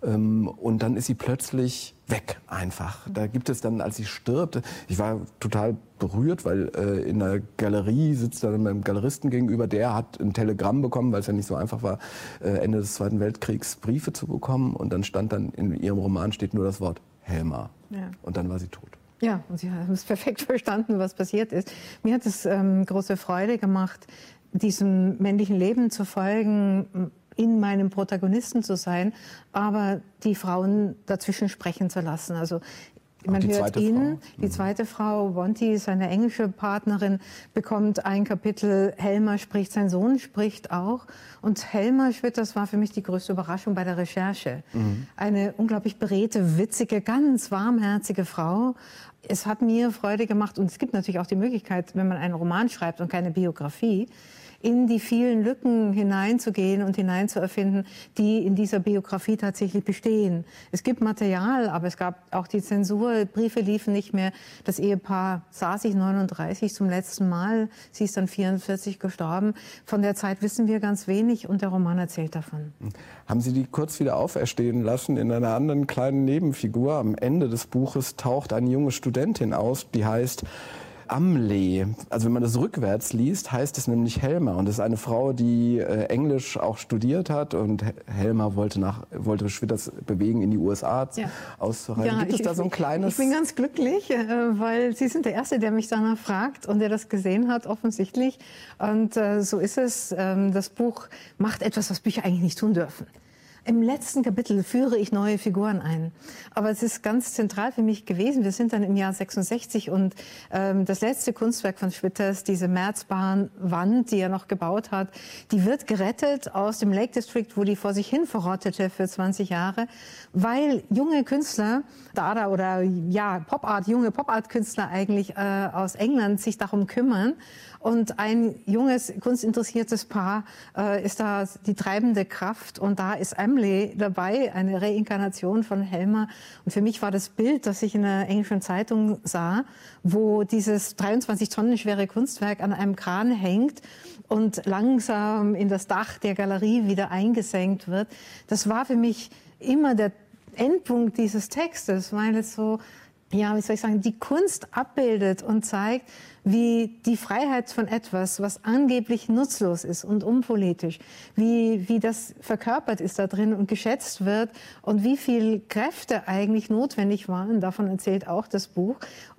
Und dann ist sie plötzlich weg einfach. Da gibt es dann, als sie stirbt, ich war total berührt, weil in der Galerie sitzt dann meinem Galeristen gegenüber, der hat ein Telegramm bekommen, weil es ja nicht so einfach war, Ende des Zweiten Weltkriegs Briefe zu bekommen. Und dann stand dann in ihrem Roman steht nur das Wort Helma. Ja. Und dann war sie tot. Ja, und Sie haben es perfekt verstanden, was passiert ist. Mir hat es große Freude gemacht, diesem männlichen Leben zu folgen, in meinem Protagonisten zu sein, aber die Frauen dazwischen sprechen zu lassen. Also man hört ihn, die zweite Frau, Bonti, seine englische Partnerin, bekommt ein Kapitel, Helma spricht, sein Sohn spricht auch. Und Helma Schwitters war für mich die größte Überraschung bei der Recherche. Eine unglaublich beredte, witzige, ganz warmherzige Frau. Es hat mir Freude gemacht und es gibt natürlich auch die Möglichkeit, wenn man einen Roman schreibt und keine Biografie, in die vielen Lücken hineinzugehen und hineinzuerfinden, die in dieser Biografie tatsächlich bestehen. Es gibt Material, aber es gab auch die Zensur, Briefe liefen nicht mehr. Das Ehepaar sah sich 39 zum letzten Mal, sie ist dann 44 gestorben. Von der Zeit wissen wir ganz wenig und der Roman erzählt davon. Haben Sie die kurz wieder auferstehen lassen in einer anderen kleinen Nebenfigur? Am Ende des Buches taucht eine junge Studentin aus, die heißt Amle. Also wenn man das rückwärts liest, heißt es nämlich Helma. Und das ist eine Frau, die Englisch auch studiert hat. Und Helma wollte Schwitters bewegen, in die USA auszureisen. Ja, gibt es da so ein kleines... Ich bin ganz glücklich, weil Sie sind der Erste, der mich danach fragt und der das gesehen hat, offensichtlich. Und so ist es. Das Buch macht etwas, was Bücher eigentlich nicht tun dürfen. Im letzten Kapitel führe ich neue Figuren ein. Aber es ist ganz zentral für mich gewesen. Wir sind dann im Jahr 66 und das letzte Kunstwerk von Schwitters, diese Märzbahnwand, die er noch gebaut hat, die wird gerettet aus dem Lake District, wo die vor sich hin verrottete für 20 Jahre, weil junge Künstler, Dada oder ja, junge Pop-Art-Künstler eigentlich aus England sich darum kümmern. Und ein junges, kunstinteressiertes Paar ist da die treibende Kraft. Und da ist Emily dabei, eine Reinkarnation von Helmer. Und für mich war das Bild, das ich in einer englischen Zeitung sah, wo dieses 23 Tonnen schwere Kunstwerk an einem Kran hängt und langsam in das Dach der Galerie wieder eingesenkt wird. Das war für mich immer der Endpunkt dieses Textes, weil es so, ja, wie soll ich sagen, die Kunst abbildet und zeigt, wie die Freiheit von etwas, was angeblich nutzlos ist und unpolitisch, wie das verkörpert ist da drin und geschätzt wird und wie viel Kräfte eigentlich notwendig waren, davon erzählt auch das Buch,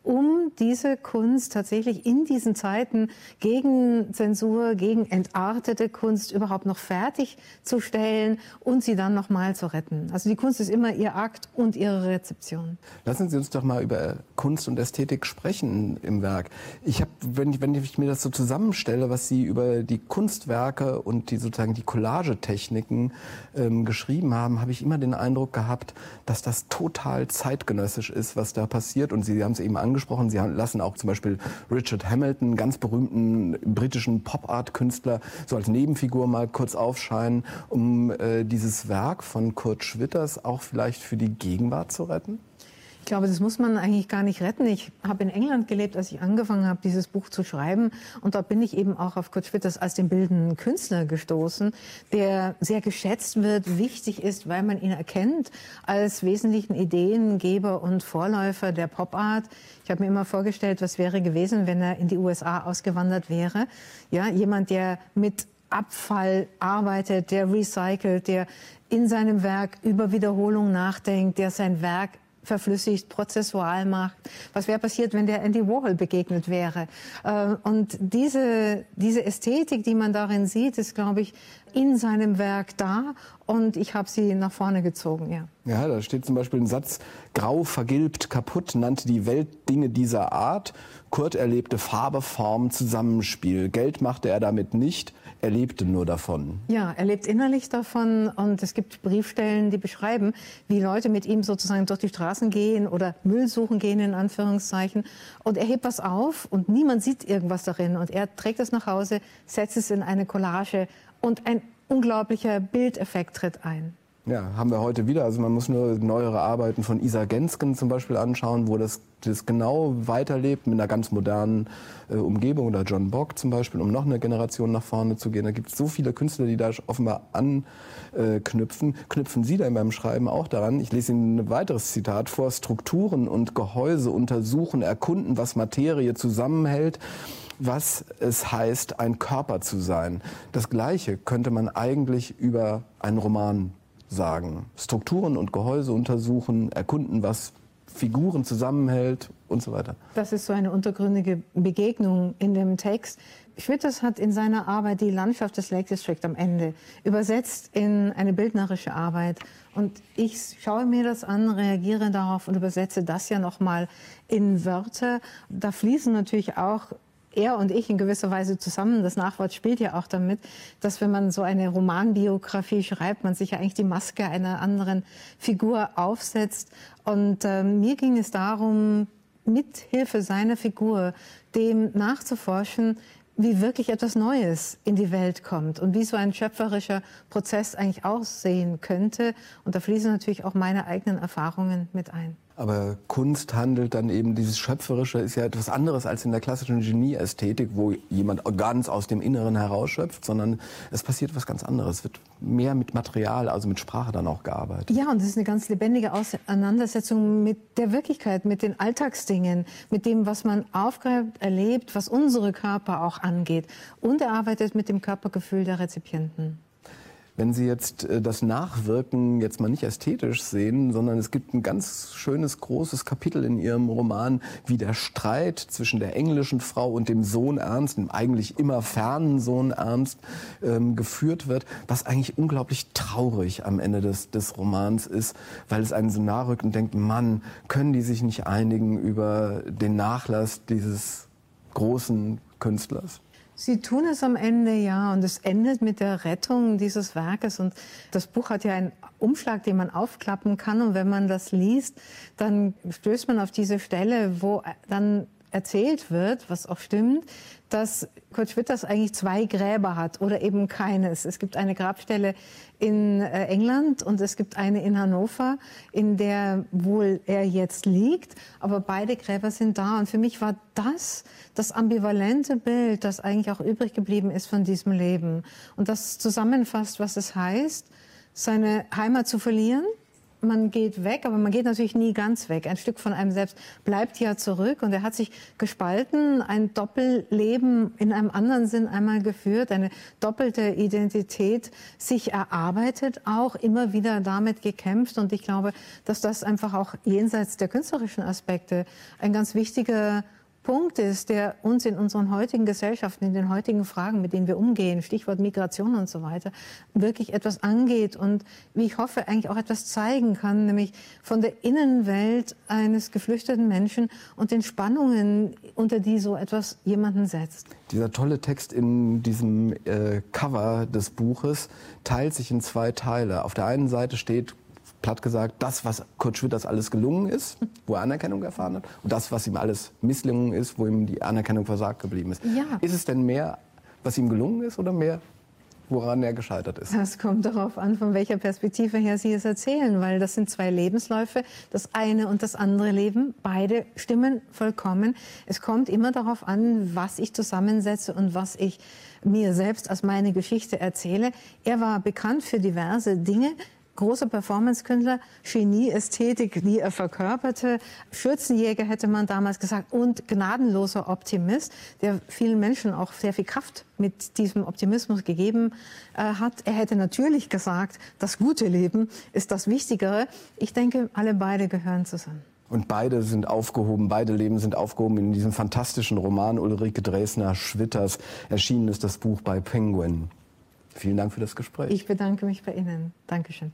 um diese Kunst tatsächlich in diesen Zeiten gegen Zensur, gegen entartete Kunst überhaupt noch fertigzustellen und sie dann noch mal zu retten. Also die Kunst ist immer ihr Akt und ihre Rezeption. Lassen Sie uns doch mal über Kunst und Ästhetik sprechen im Werk. Wenn ich mir das so zusammenstelle, was Sie über die Kunstwerke und die Collagetechniken geschrieben haben, habe ich immer den Eindruck gehabt, dass das total zeitgenössisch ist, was da passiert. Und Sie haben es eben angesprochen, Sie lassen auch zum Beispiel Richard Hamilton, ganz berühmten britischen Pop-Art-Künstler, so als Nebenfigur mal kurz aufscheinen, um dieses Werk von Kurt Schwitters auch vielleicht für die Gegenwart zu retten? Ich glaube, das muss man eigentlich gar nicht retten. Ich habe in England gelebt, als ich angefangen habe, dieses Buch zu schreiben. Und dort bin ich eben auch auf Kurt Schwitters als den bildenden Künstler gestoßen, der sehr geschätzt wird, wichtig ist, weil man ihn erkennt als wesentlichen Ideengeber und Vorläufer der Pop-Art. Ich habe mir immer vorgestellt, was wäre gewesen, wenn er in die USA ausgewandert wäre. Ja, jemand, der mit Abfall arbeitet, der recycelt, der in seinem Werk über Wiederholung nachdenkt, der sein Werk verflüssigt, prozessual macht. Was wäre passiert, wenn der Andy Warhol begegnet wäre? Und diese Ästhetik, die man darin sieht, ist, glaube ich, in seinem Werk da. Und ich habe sie nach vorne gezogen, ja. Ja, da steht zum Beispiel ein Satz: Grau, vergilbt, kaputt nannte die Welt Dinge dieser Art. Kurt erlebte Farbe, Form, Zusammenspiel. Geld machte er damit nicht, er lebte nur davon. Ja, er lebt innerlich davon und es gibt Briefstellen, die beschreiben, wie Leute mit ihm sozusagen durch die Straßen gehen oder Müll suchen gehen, in Anführungszeichen. Und er hebt was auf und niemand sieht irgendwas darin. Und er trägt es nach Hause, setzt es in eine Collage und ein unglaublicher Bildeffekt tritt ein. Ja, haben wir heute wieder. Also man muss nur neuere Arbeiten von Isa Gensken zum Beispiel anschauen, wo das genau weiterlebt mit einer ganz modernen Umgebung. Oder John Bock zum Beispiel, um noch eine Generation nach vorne zu gehen. Da gibt es so viele Künstler, die da offenbar anknüpfen. Knüpfen Sie da in meinem Schreiben auch daran? Ich lese Ihnen ein weiteres Zitat vor. Strukturen und Gehäuse untersuchen, erkunden, was Materie zusammenhält, was es heißt, ein Körper zu sein. Das Gleiche könnte man eigentlich über einen Roman sagen. Strukturen und Gehäuse untersuchen, erkunden, was Figuren zusammenhält und so weiter. Das ist so eine untergründige Begegnung in dem Text. Schwitters hat in seiner Arbeit die Landschaft des Lake District am Ende übersetzt in eine bildnerische Arbeit. Und ich schaue mir das an, reagiere darauf und übersetze das ja nochmal in Wörter. Da fließen natürlich auch er und ich in gewisser Weise zusammen. Das Nachwort spielt ja auch damit, dass wenn man so eine Romanbiografie schreibt, man sich ja eigentlich die Maske einer anderen Figur aufsetzt. Und mir ging es darum, mit Hilfe seiner Figur dem nachzuforschen, wie wirklich etwas Neues in die Welt kommt und wie so ein schöpferischer Prozess eigentlich aussehen könnte. Und da fließen natürlich auch meine eigenen Erfahrungen mit ein. Aber Kunst handelt dann eben, dieses Schöpferische ist ja etwas anderes als in der klassischen Genieästhetik, wo jemand ganz aus dem Inneren herausschöpft, sondern es passiert was ganz anderes. Es wird mehr mit Material, also mit Sprache dann auch gearbeitet. Ja, und es ist eine ganz lebendige Auseinandersetzung mit der Wirklichkeit, mit den Alltagsdingen, mit dem, was man aufgreift, erlebt, was unsere Körper auch angeht. Und er arbeitet mit dem Körpergefühl der Rezipienten. wenn Sie jetzt das Nachwirken jetzt mal nicht ästhetisch sehen, sondern es gibt ein ganz schönes, großes Kapitel in Ihrem Roman, wie der Streit zwischen der englischen Frau und dem Sohn Ernst, dem eigentlich immer fernen Sohn Ernst, geführt wird, was eigentlich unglaublich traurig am Ende des Romans ist, weil es einen so nahe rückt und denkt, Mann, können die sich nicht einigen über den Nachlass dieses großen Künstlers? Sie tun es am Ende, ja, und es endet mit der Rettung dieses Werkes. Und das Buch hat ja einen Umschlag, den man aufklappen kann. Und wenn man das liest, dann stößt man auf diese Stelle, wo dann erzählt wird, was auch stimmt, dass Kurt Schwitters eigentlich 2 Gräber hat oder eben keines. Es gibt eine Grabstelle in England und es gibt eine in Hannover, in der wohl er jetzt liegt. Aber beide Gräber sind da. Und für mich war das ambivalente Bild, das eigentlich auch übrig geblieben ist von diesem Leben. Und das zusammenfasst, was es heißt, seine Heimat zu verlieren. Man geht weg, aber man geht natürlich nie ganz weg. Ein Stück von einem selbst bleibt ja zurück. Und er hat sich gespalten, ein Doppelleben in einem anderen Sinn einmal geführt, eine doppelte Identität sich erarbeitet, auch immer wieder damit gekämpft. Und ich glaube, dass das einfach auch jenseits der künstlerischen Aspekte ein ganz wichtiger Punkt ist, der uns in unseren heutigen Gesellschaften, in den heutigen Fragen, mit denen wir umgehen, Stichwort Migration und so weiter, wirklich etwas angeht und, wie ich hoffe, eigentlich auch etwas zeigen kann, nämlich von der Innenwelt eines geflüchteten Menschen und den Spannungen, unter die so etwas jemanden setzt. Dieser tolle Text in diesem Cover des Buches teilt sich in 2 Teile. Auf der einen Seite steht, platt gesagt, das, was Kurt Schwitters alles gelungen ist, wo er Anerkennung erfahren hat, und das, was ihm alles misslungen ist, wo ihm die Anerkennung versagt geblieben ist. Ja. Ist es denn mehr, was ihm gelungen ist, oder mehr, woran er gescheitert ist? Das kommt darauf an, von welcher Perspektive her Sie es erzählen, weil das sind 2 Lebensläufe, das eine und das andere Leben, beide stimmen vollkommen. Es kommt immer darauf an, was ich zusammensetze und was ich mir selbst als meine Geschichte erzähle. Er war bekannt für diverse Dinge, großer Performance-Künstler, Genie, Ästhetik, die er verkörperte, Schürzenjäger hätte man damals gesagt und gnadenloser Optimist, der vielen Menschen auch sehr viel Kraft mit diesem Optimismus gegeben hat. Er hätte natürlich gesagt, das gute Leben ist das Wichtigere. Ich denke, beide gehören zusammen. Und beide sind aufgehoben, beide Leben sind aufgehoben in diesem fantastischen Roman Ulrike Dresner Schwitters. Erschienen ist das Buch bei Penguin. Vielen Dank für das Gespräch. Ich bedanke mich bei Ihnen. Dankeschön.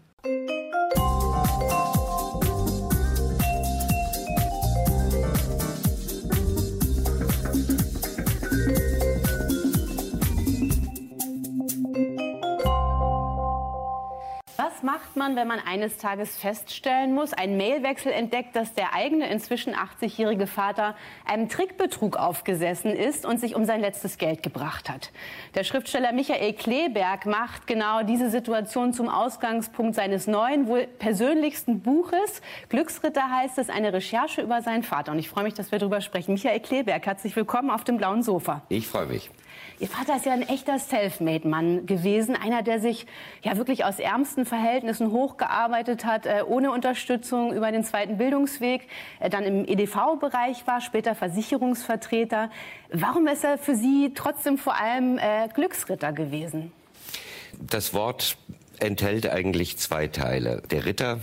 Was macht man, wenn man eines Tages feststellen muss, ein Mailwechsel entdeckt, dass der eigene, inzwischen 80-jährige Vater einem Trickbetrug aufgesessen ist und sich um sein letztes Geld gebracht hat? Der Schriftsteller Michael Kleeberg macht genau diese Situation zum Ausgangspunkt seines neuen, wohl persönlichsten Buches. Glücksritter heißt es, eine Recherche über seinen Vater. Und ich freue mich, dass wir darüber sprechen. Michael Kleeberg, herzlich willkommen auf dem blauen Sofa. Ich freue mich. Ihr Vater ist ja ein echter Selfmade-Mann gewesen, einer, der sich ja wirklich aus ärmsten Verhältnissen hochgearbeitet hat, ohne Unterstützung über den zweiten Bildungsweg, dann im EDV-Bereich war, später Versicherungsvertreter. Warum ist er für Sie trotzdem vor allem Glücksritter gewesen? Das Wort enthält eigentlich 2 Teile. Der Ritter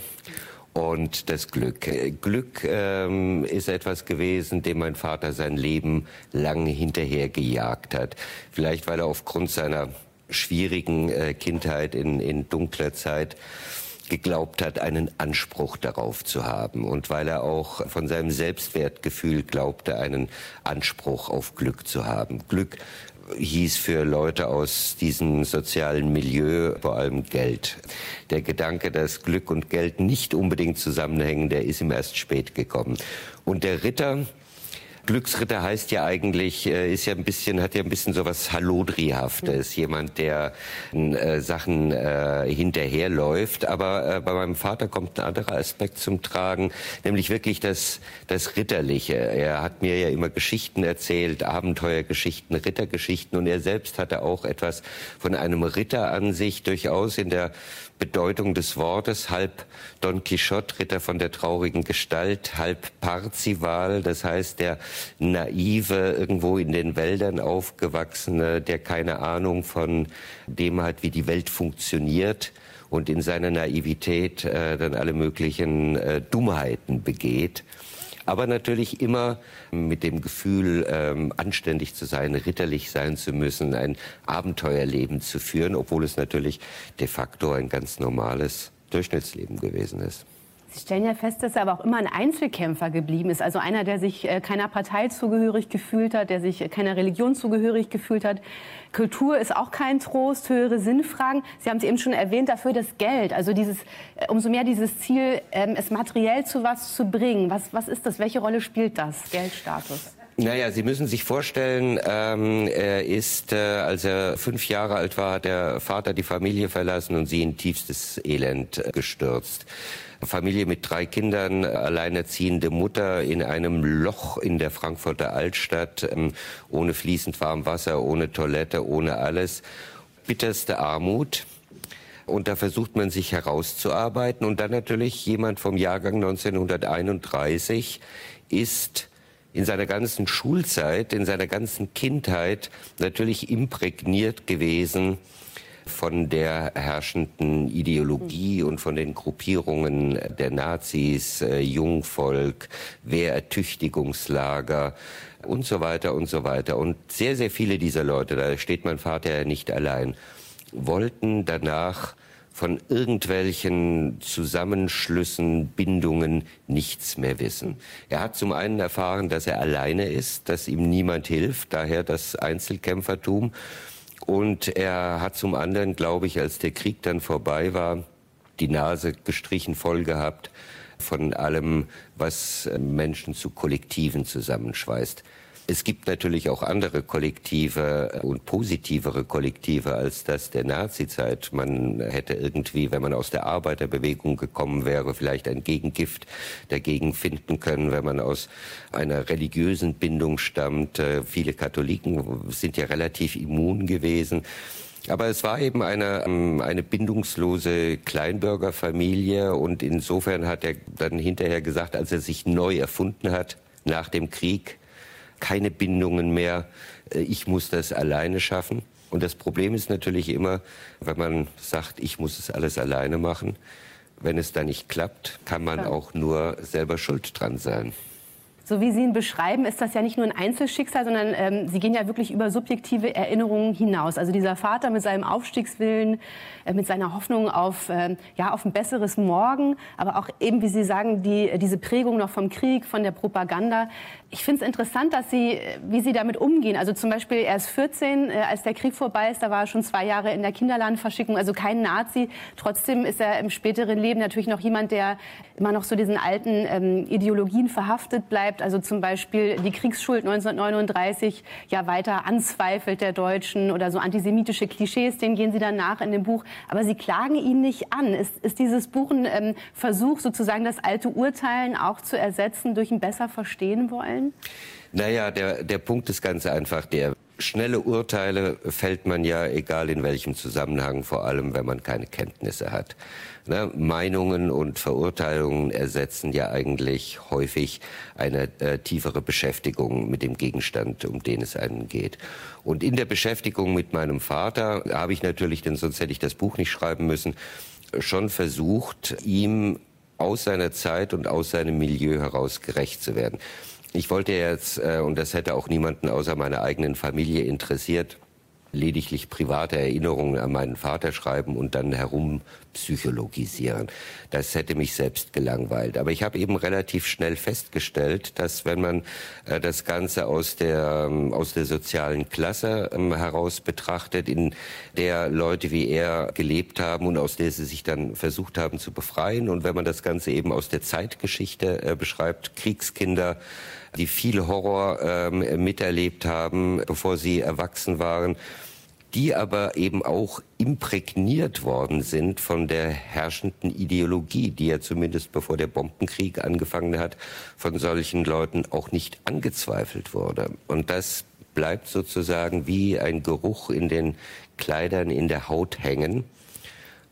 und das Glück. Glück ist etwas gewesen, dem mein Vater sein Leben lang hinterher gejagt hat. Vielleicht, weil er aufgrund seiner schwierigen Kindheit in dunkler Zeit geglaubt hat, einen Anspruch darauf zu haben. Und weil er auch von seinem Selbstwertgefühl glaubte, einen Anspruch auf Glück zu haben. Glück hieß für Leute aus diesem sozialen Milieu vor allem Geld. Der Gedanke, dass Glück und Geld nicht unbedingt zusammenhängen, der ist ihm erst spät gekommen. Und der Ritter, Glücksritter heißt ja eigentlich, hat ja ein bisschen so was Hallodri-haftes. Jemand, der Sachen hinterherläuft. Aber bei meinem Vater kommt ein anderer Aspekt zum Tragen, nämlich wirklich das Ritterliche. Er hat mir ja immer Geschichten erzählt, Abenteuergeschichten, Rittergeschichten. Und er selbst hatte auch etwas von einem Ritter an sich, durchaus in der Bedeutung des Wortes, halb Don Quixote, Ritter von der traurigen Gestalt, halb Parzival, das heißt der naive, irgendwo in den Wäldern aufgewachsene, der keine Ahnung von dem hat, wie die Welt funktioniert und in seiner Naivität dann alle möglichen Dummheiten begeht. Aber natürlich immer mit dem Gefühl, anständig zu sein, ritterlich sein zu müssen, ein Abenteuerleben zu führen, obwohl es natürlich de facto ein ganz normales Durchschnittsleben gewesen ist. Sie stellen ja fest, dass er aber auch immer ein Einzelkämpfer geblieben ist. Also einer, der sich keiner Partei zugehörig gefühlt hat, der sich keiner Religion zugehörig gefühlt hat. Kultur ist auch kein Trost, höhere Sinnfragen. Sie haben es eben schon erwähnt, dafür das Geld. Also umso mehr dieses Ziel, es materiell zu was zu bringen. Was ist das? Welche Rolle spielt das, Geldstatus? Naja, Sie müssen sich vorstellen, er ist, als er 5 Jahre alt war, hat der Vater die Familie verlassen und sie in tiefstes Elend gestürzt. Familie mit 3 Kindern, alleinerziehende Mutter in einem Loch in der Frankfurter Altstadt, ohne fließend warm Wasser, ohne Toilette, ohne alles. Bitterste Armut. Und da versucht man sich herauszuarbeiten. Und dann natürlich jemand vom Jahrgang 1931 ist in seiner ganzen Schulzeit, in seiner ganzen Kindheit natürlich imprägniert gewesen von der herrschenden Ideologie und von den Gruppierungen der Nazis, Jungvolk, Wehrertüchtigungslager und so weiter und so weiter. Und sehr, sehr viele dieser Leute, da steht mein Vater ja nicht allein, wollten danach von irgendwelchen Zusammenschlüssen, Bindungen nichts mehr wissen. Er hat zum einen erfahren, dass er alleine ist, dass ihm niemand hilft, daher das Einzelkämpfertum. Und er hat zum anderen, glaube ich, als der Krieg dann vorbei war, die Nase gestrichen voll gehabt von allem, was Menschen zu Kollektiven zusammenschweißt. Es gibt natürlich auch andere Kollektive und positivere Kollektive als das der Nazizeit. Man hätte irgendwie, wenn man aus der Arbeiterbewegung gekommen wäre, vielleicht ein Gegengift dagegen finden können, wenn man aus einer religiösen Bindung stammt. Viele Katholiken sind ja relativ immun gewesen. Aber es war eben eine bindungslose Kleinbürgerfamilie und insofern hat er dann hinterher gesagt, als er sich neu erfunden hat nach dem Krieg, keine Bindungen mehr, ich muss das alleine schaffen. Und das Problem ist natürlich immer, wenn man sagt, ich muss es alles alleine machen, wenn es dann nicht klappt, kann man auch nur selber schuld dran sein. So wie Sie ihn beschreiben, ist das ja nicht nur ein Einzelschicksal, sondern Sie gehen ja wirklich über subjektive Erinnerungen hinaus. Also dieser Vater mit seinem Aufstiegswillen, mit seiner Hoffnung auf ein besseres Morgen, aber auch eben, wie Sie sagen, diese Prägung noch vom Krieg, von der Propaganda. Ich finde es interessant, wie Sie damit umgehen. Also zum Beispiel, er ist 14, als der Krieg vorbei ist, da war er schon 2 Jahre in der Kinderlandverschickung, also kein Nazi. Trotzdem ist er im späteren Leben natürlich noch jemand, der immer noch so diesen alten Ideologien verhaftet bleibt. Also zum Beispiel die Kriegsschuld 1939 ja weiter anzweifelt der Deutschen oder so antisemitische Klischees, denen gehen Sie dann nach in dem Buch. Aber Sie klagen ihn nicht an. Ist dieses Buch ein Versuch, sozusagen das alte Urteilen auch zu ersetzen durch ein besser verstehen wollen? Naja, der Punkt ist ganz einfach der. Schnelle Urteile fällt man ja, egal in welchem Zusammenhang, vor allem wenn man keine Kenntnisse hat. Ne? Meinungen und Verurteilungen ersetzen ja eigentlich häufig eine tiefere Beschäftigung mit dem Gegenstand, um den es einem geht. Und in der Beschäftigung mit meinem Vater habe ich natürlich, denn sonst hätte ich das Buch nicht schreiben müssen, schon versucht, ihm aus seiner Zeit und aus seinem Milieu heraus gerecht zu werden. Ich wollte jetzt, und das hätte auch niemanden außer meiner eigenen Familie interessiert, lediglich private Erinnerungen an meinen Vater schreiben und dann herumpsychologisieren. Das hätte mich selbst gelangweilt. Aber ich habe eben relativ schnell festgestellt, dass wenn man das Ganze aus der sozialen Klasse heraus betrachtet, in der Leute wie er gelebt haben und aus der sie sich dann versucht haben zu befreien, und wenn man das Ganze eben aus der Zeitgeschichte beschreibt, Kriegskinder, die viel Horror miterlebt haben, bevor sie erwachsen waren, die aber eben auch imprägniert worden sind von der herrschenden Ideologie, die ja zumindest bevor der Bombenkrieg angefangen hat, von solchen Leuten auch nicht angezweifelt wurde. Und das bleibt sozusagen wie ein Geruch in den Kleidern, in der Haut hängen.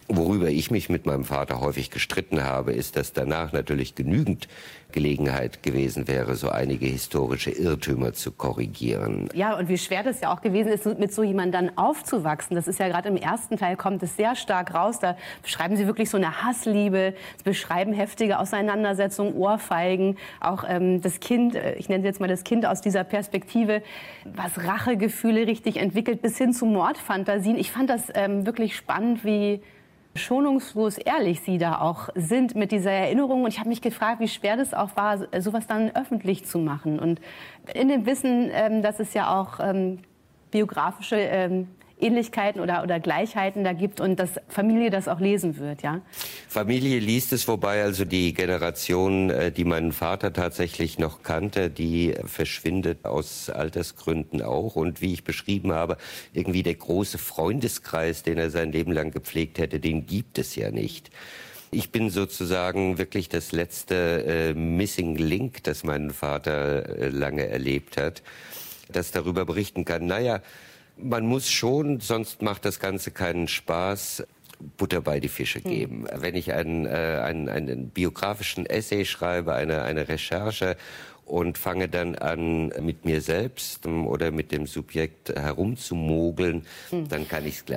Worüber ich mich mit meinem Vater häufig gestritten habe, ist, dass danach natürlich genügend Gelegenheit gewesen wäre, so einige historische Irrtümer zu korrigieren. Ja, und wie schwer das ja auch gewesen ist, mit so jemandem dann aufzuwachsen. Das ist ja gerade im ersten Teil, kommt es sehr stark raus. Da beschreiben Sie wirklich so eine Hassliebe, beschreiben heftige Auseinandersetzungen, Ohrfeigen. Auch das Kind, ich nenne jetzt mal das Kind aus dieser Perspektive, was Rachegefühle richtig entwickelt, bis hin zu Mordfantasien. Ich fand das wirklich spannend, wie schonungslos ehrlich Sie da auch sind mit dieser Erinnerung. Und ich habe mich gefragt, wie schwer das auch war, sowas dann öffentlich zu machen. Und in dem Wissen, dass es ja auch biografische Ähnlichkeiten oder Gleichheiten da gibt und dass Familie das auch lesen wird, ja? Familie liest es, wobei also die Generation, die meinen Vater tatsächlich noch kannte, die verschwindet aus Altersgründen auch. Und wie ich beschrieben habe, irgendwie der große Freundeskreis, den er sein Leben lang gepflegt hätte, den gibt es ja nicht. Ich bin sozusagen wirklich das letzte Missing Link, das mein Vater lange erlebt hat, das darüber berichten kann. Naja, man muss schon, sonst macht das Ganze keinen Spaß, Butter bei die Fische geben. Wenn ich einen biografischen Essay schreibe, eine Recherche und fange dann an, mit mir selbst oder mit dem Subjekt herumzumogeln, dann kann ich es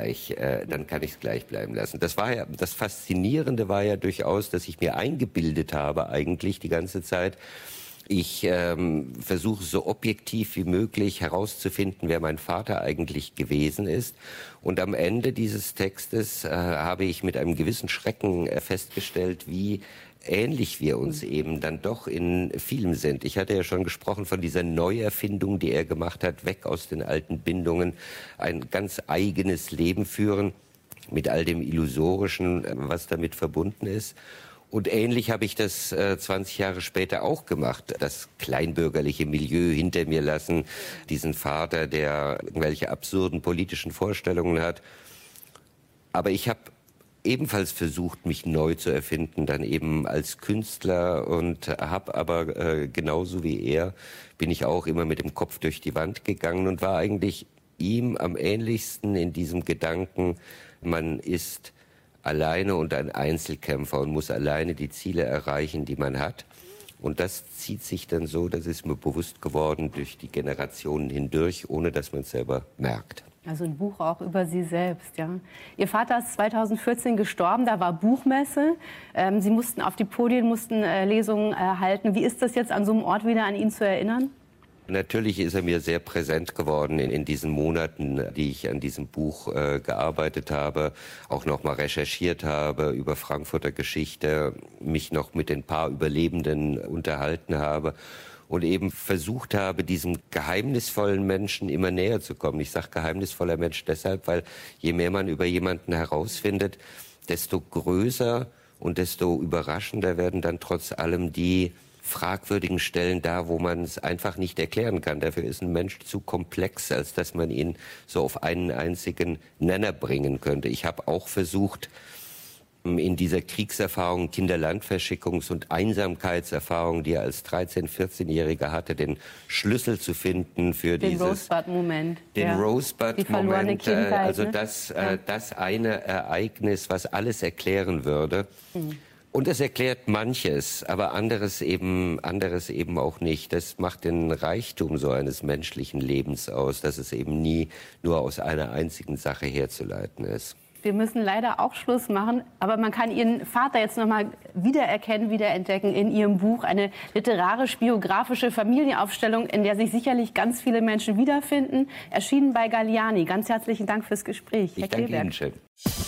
gleich bleiben lassen. Das Faszinierende war ja durchaus, dass ich mir eingebildet habe, eigentlich die ganze Zeit, ich versuche so objektiv wie möglich herauszufinden, wer mein Vater eigentlich gewesen ist. Und am Ende dieses Textes habe ich mit einem gewissen Schrecken festgestellt, wie ähnlich wir uns eben dann doch in vielem sind. Ich hatte ja schon gesprochen von dieser Neuerfindung, die er gemacht hat, weg aus den alten Bindungen, ein ganz eigenes Leben führen mit all dem Illusorischen, was damit verbunden ist. Und ähnlich habe ich das 20 Jahre später auch gemacht. Das kleinbürgerliche Milieu hinter mir lassen, diesen Vater, der irgendwelche absurden politischen Vorstellungen hat. Aber ich habe ebenfalls versucht, mich neu zu erfinden, dann eben als Künstler und habe aber genauso wie er, bin ich auch immer mit dem Kopf durch die Wand gegangen und war eigentlich ihm am ähnlichsten in diesem Gedanken, man ist alleine und ein Einzelkämpfer und muss alleine die Ziele erreichen, die man hat. Und das zieht sich dann so, das ist mir bewusst geworden, durch die Generationen hindurch, ohne dass man es selber merkt. Also ein Buch auch über Sie selbst, ja. Ihr Vater ist 2014 gestorben, da war Buchmesse. Sie mussten auf die Podien, Lesungen halten. Wie ist das jetzt, an so einem Ort wieder an ihn zu erinnern? Natürlich ist er mir sehr präsent geworden in diesen Monaten, die ich an diesem Buch gearbeitet habe, auch noch mal recherchiert habe über Frankfurter Geschichte, mich noch mit den paar Überlebenden unterhalten habe und eben versucht habe, diesem geheimnisvollen Menschen immer näher zu kommen. Ich sage geheimnisvoller Mensch deshalb, weil je mehr man über jemanden herausfindet, desto größer und desto überraschender werden dann trotz allem die fragwürdigen Stellen da, wo man es einfach nicht erklären kann. Dafür ist ein Mensch zu komplex, als dass man ihn so auf einen einzigen Nenner bringen könnte. Ich habe auch versucht, in dieser Kriegserfahrung, Kinderlandverschickungs- und Einsamkeitserfahrung, die er als 13-, 14-Jähriger hatte, den Schlüssel zu finden für den Rosebud-Moment. Den Rosebud-Moment, also ne? das eine Ereignis, was alles erklären würde. Und es erklärt manches, aber anderes eben auch nicht. Das macht den Reichtum so eines menschlichen Lebens aus, dass es eben nie nur aus einer einzigen Sache herzuleiten ist. Wir müssen leider auch Schluss machen, aber man kann Ihren Vater jetzt noch mal wiederentdecken in Ihrem Buch. Eine literarisch-biografische Familienaufstellung, in der sich sicherlich ganz viele Menschen wiederfinden. Erschienen bei Galliani. Ganz herzlichen Dank fürs Gespräch, Herr Ich danke Kleeberg. Ihnen schön.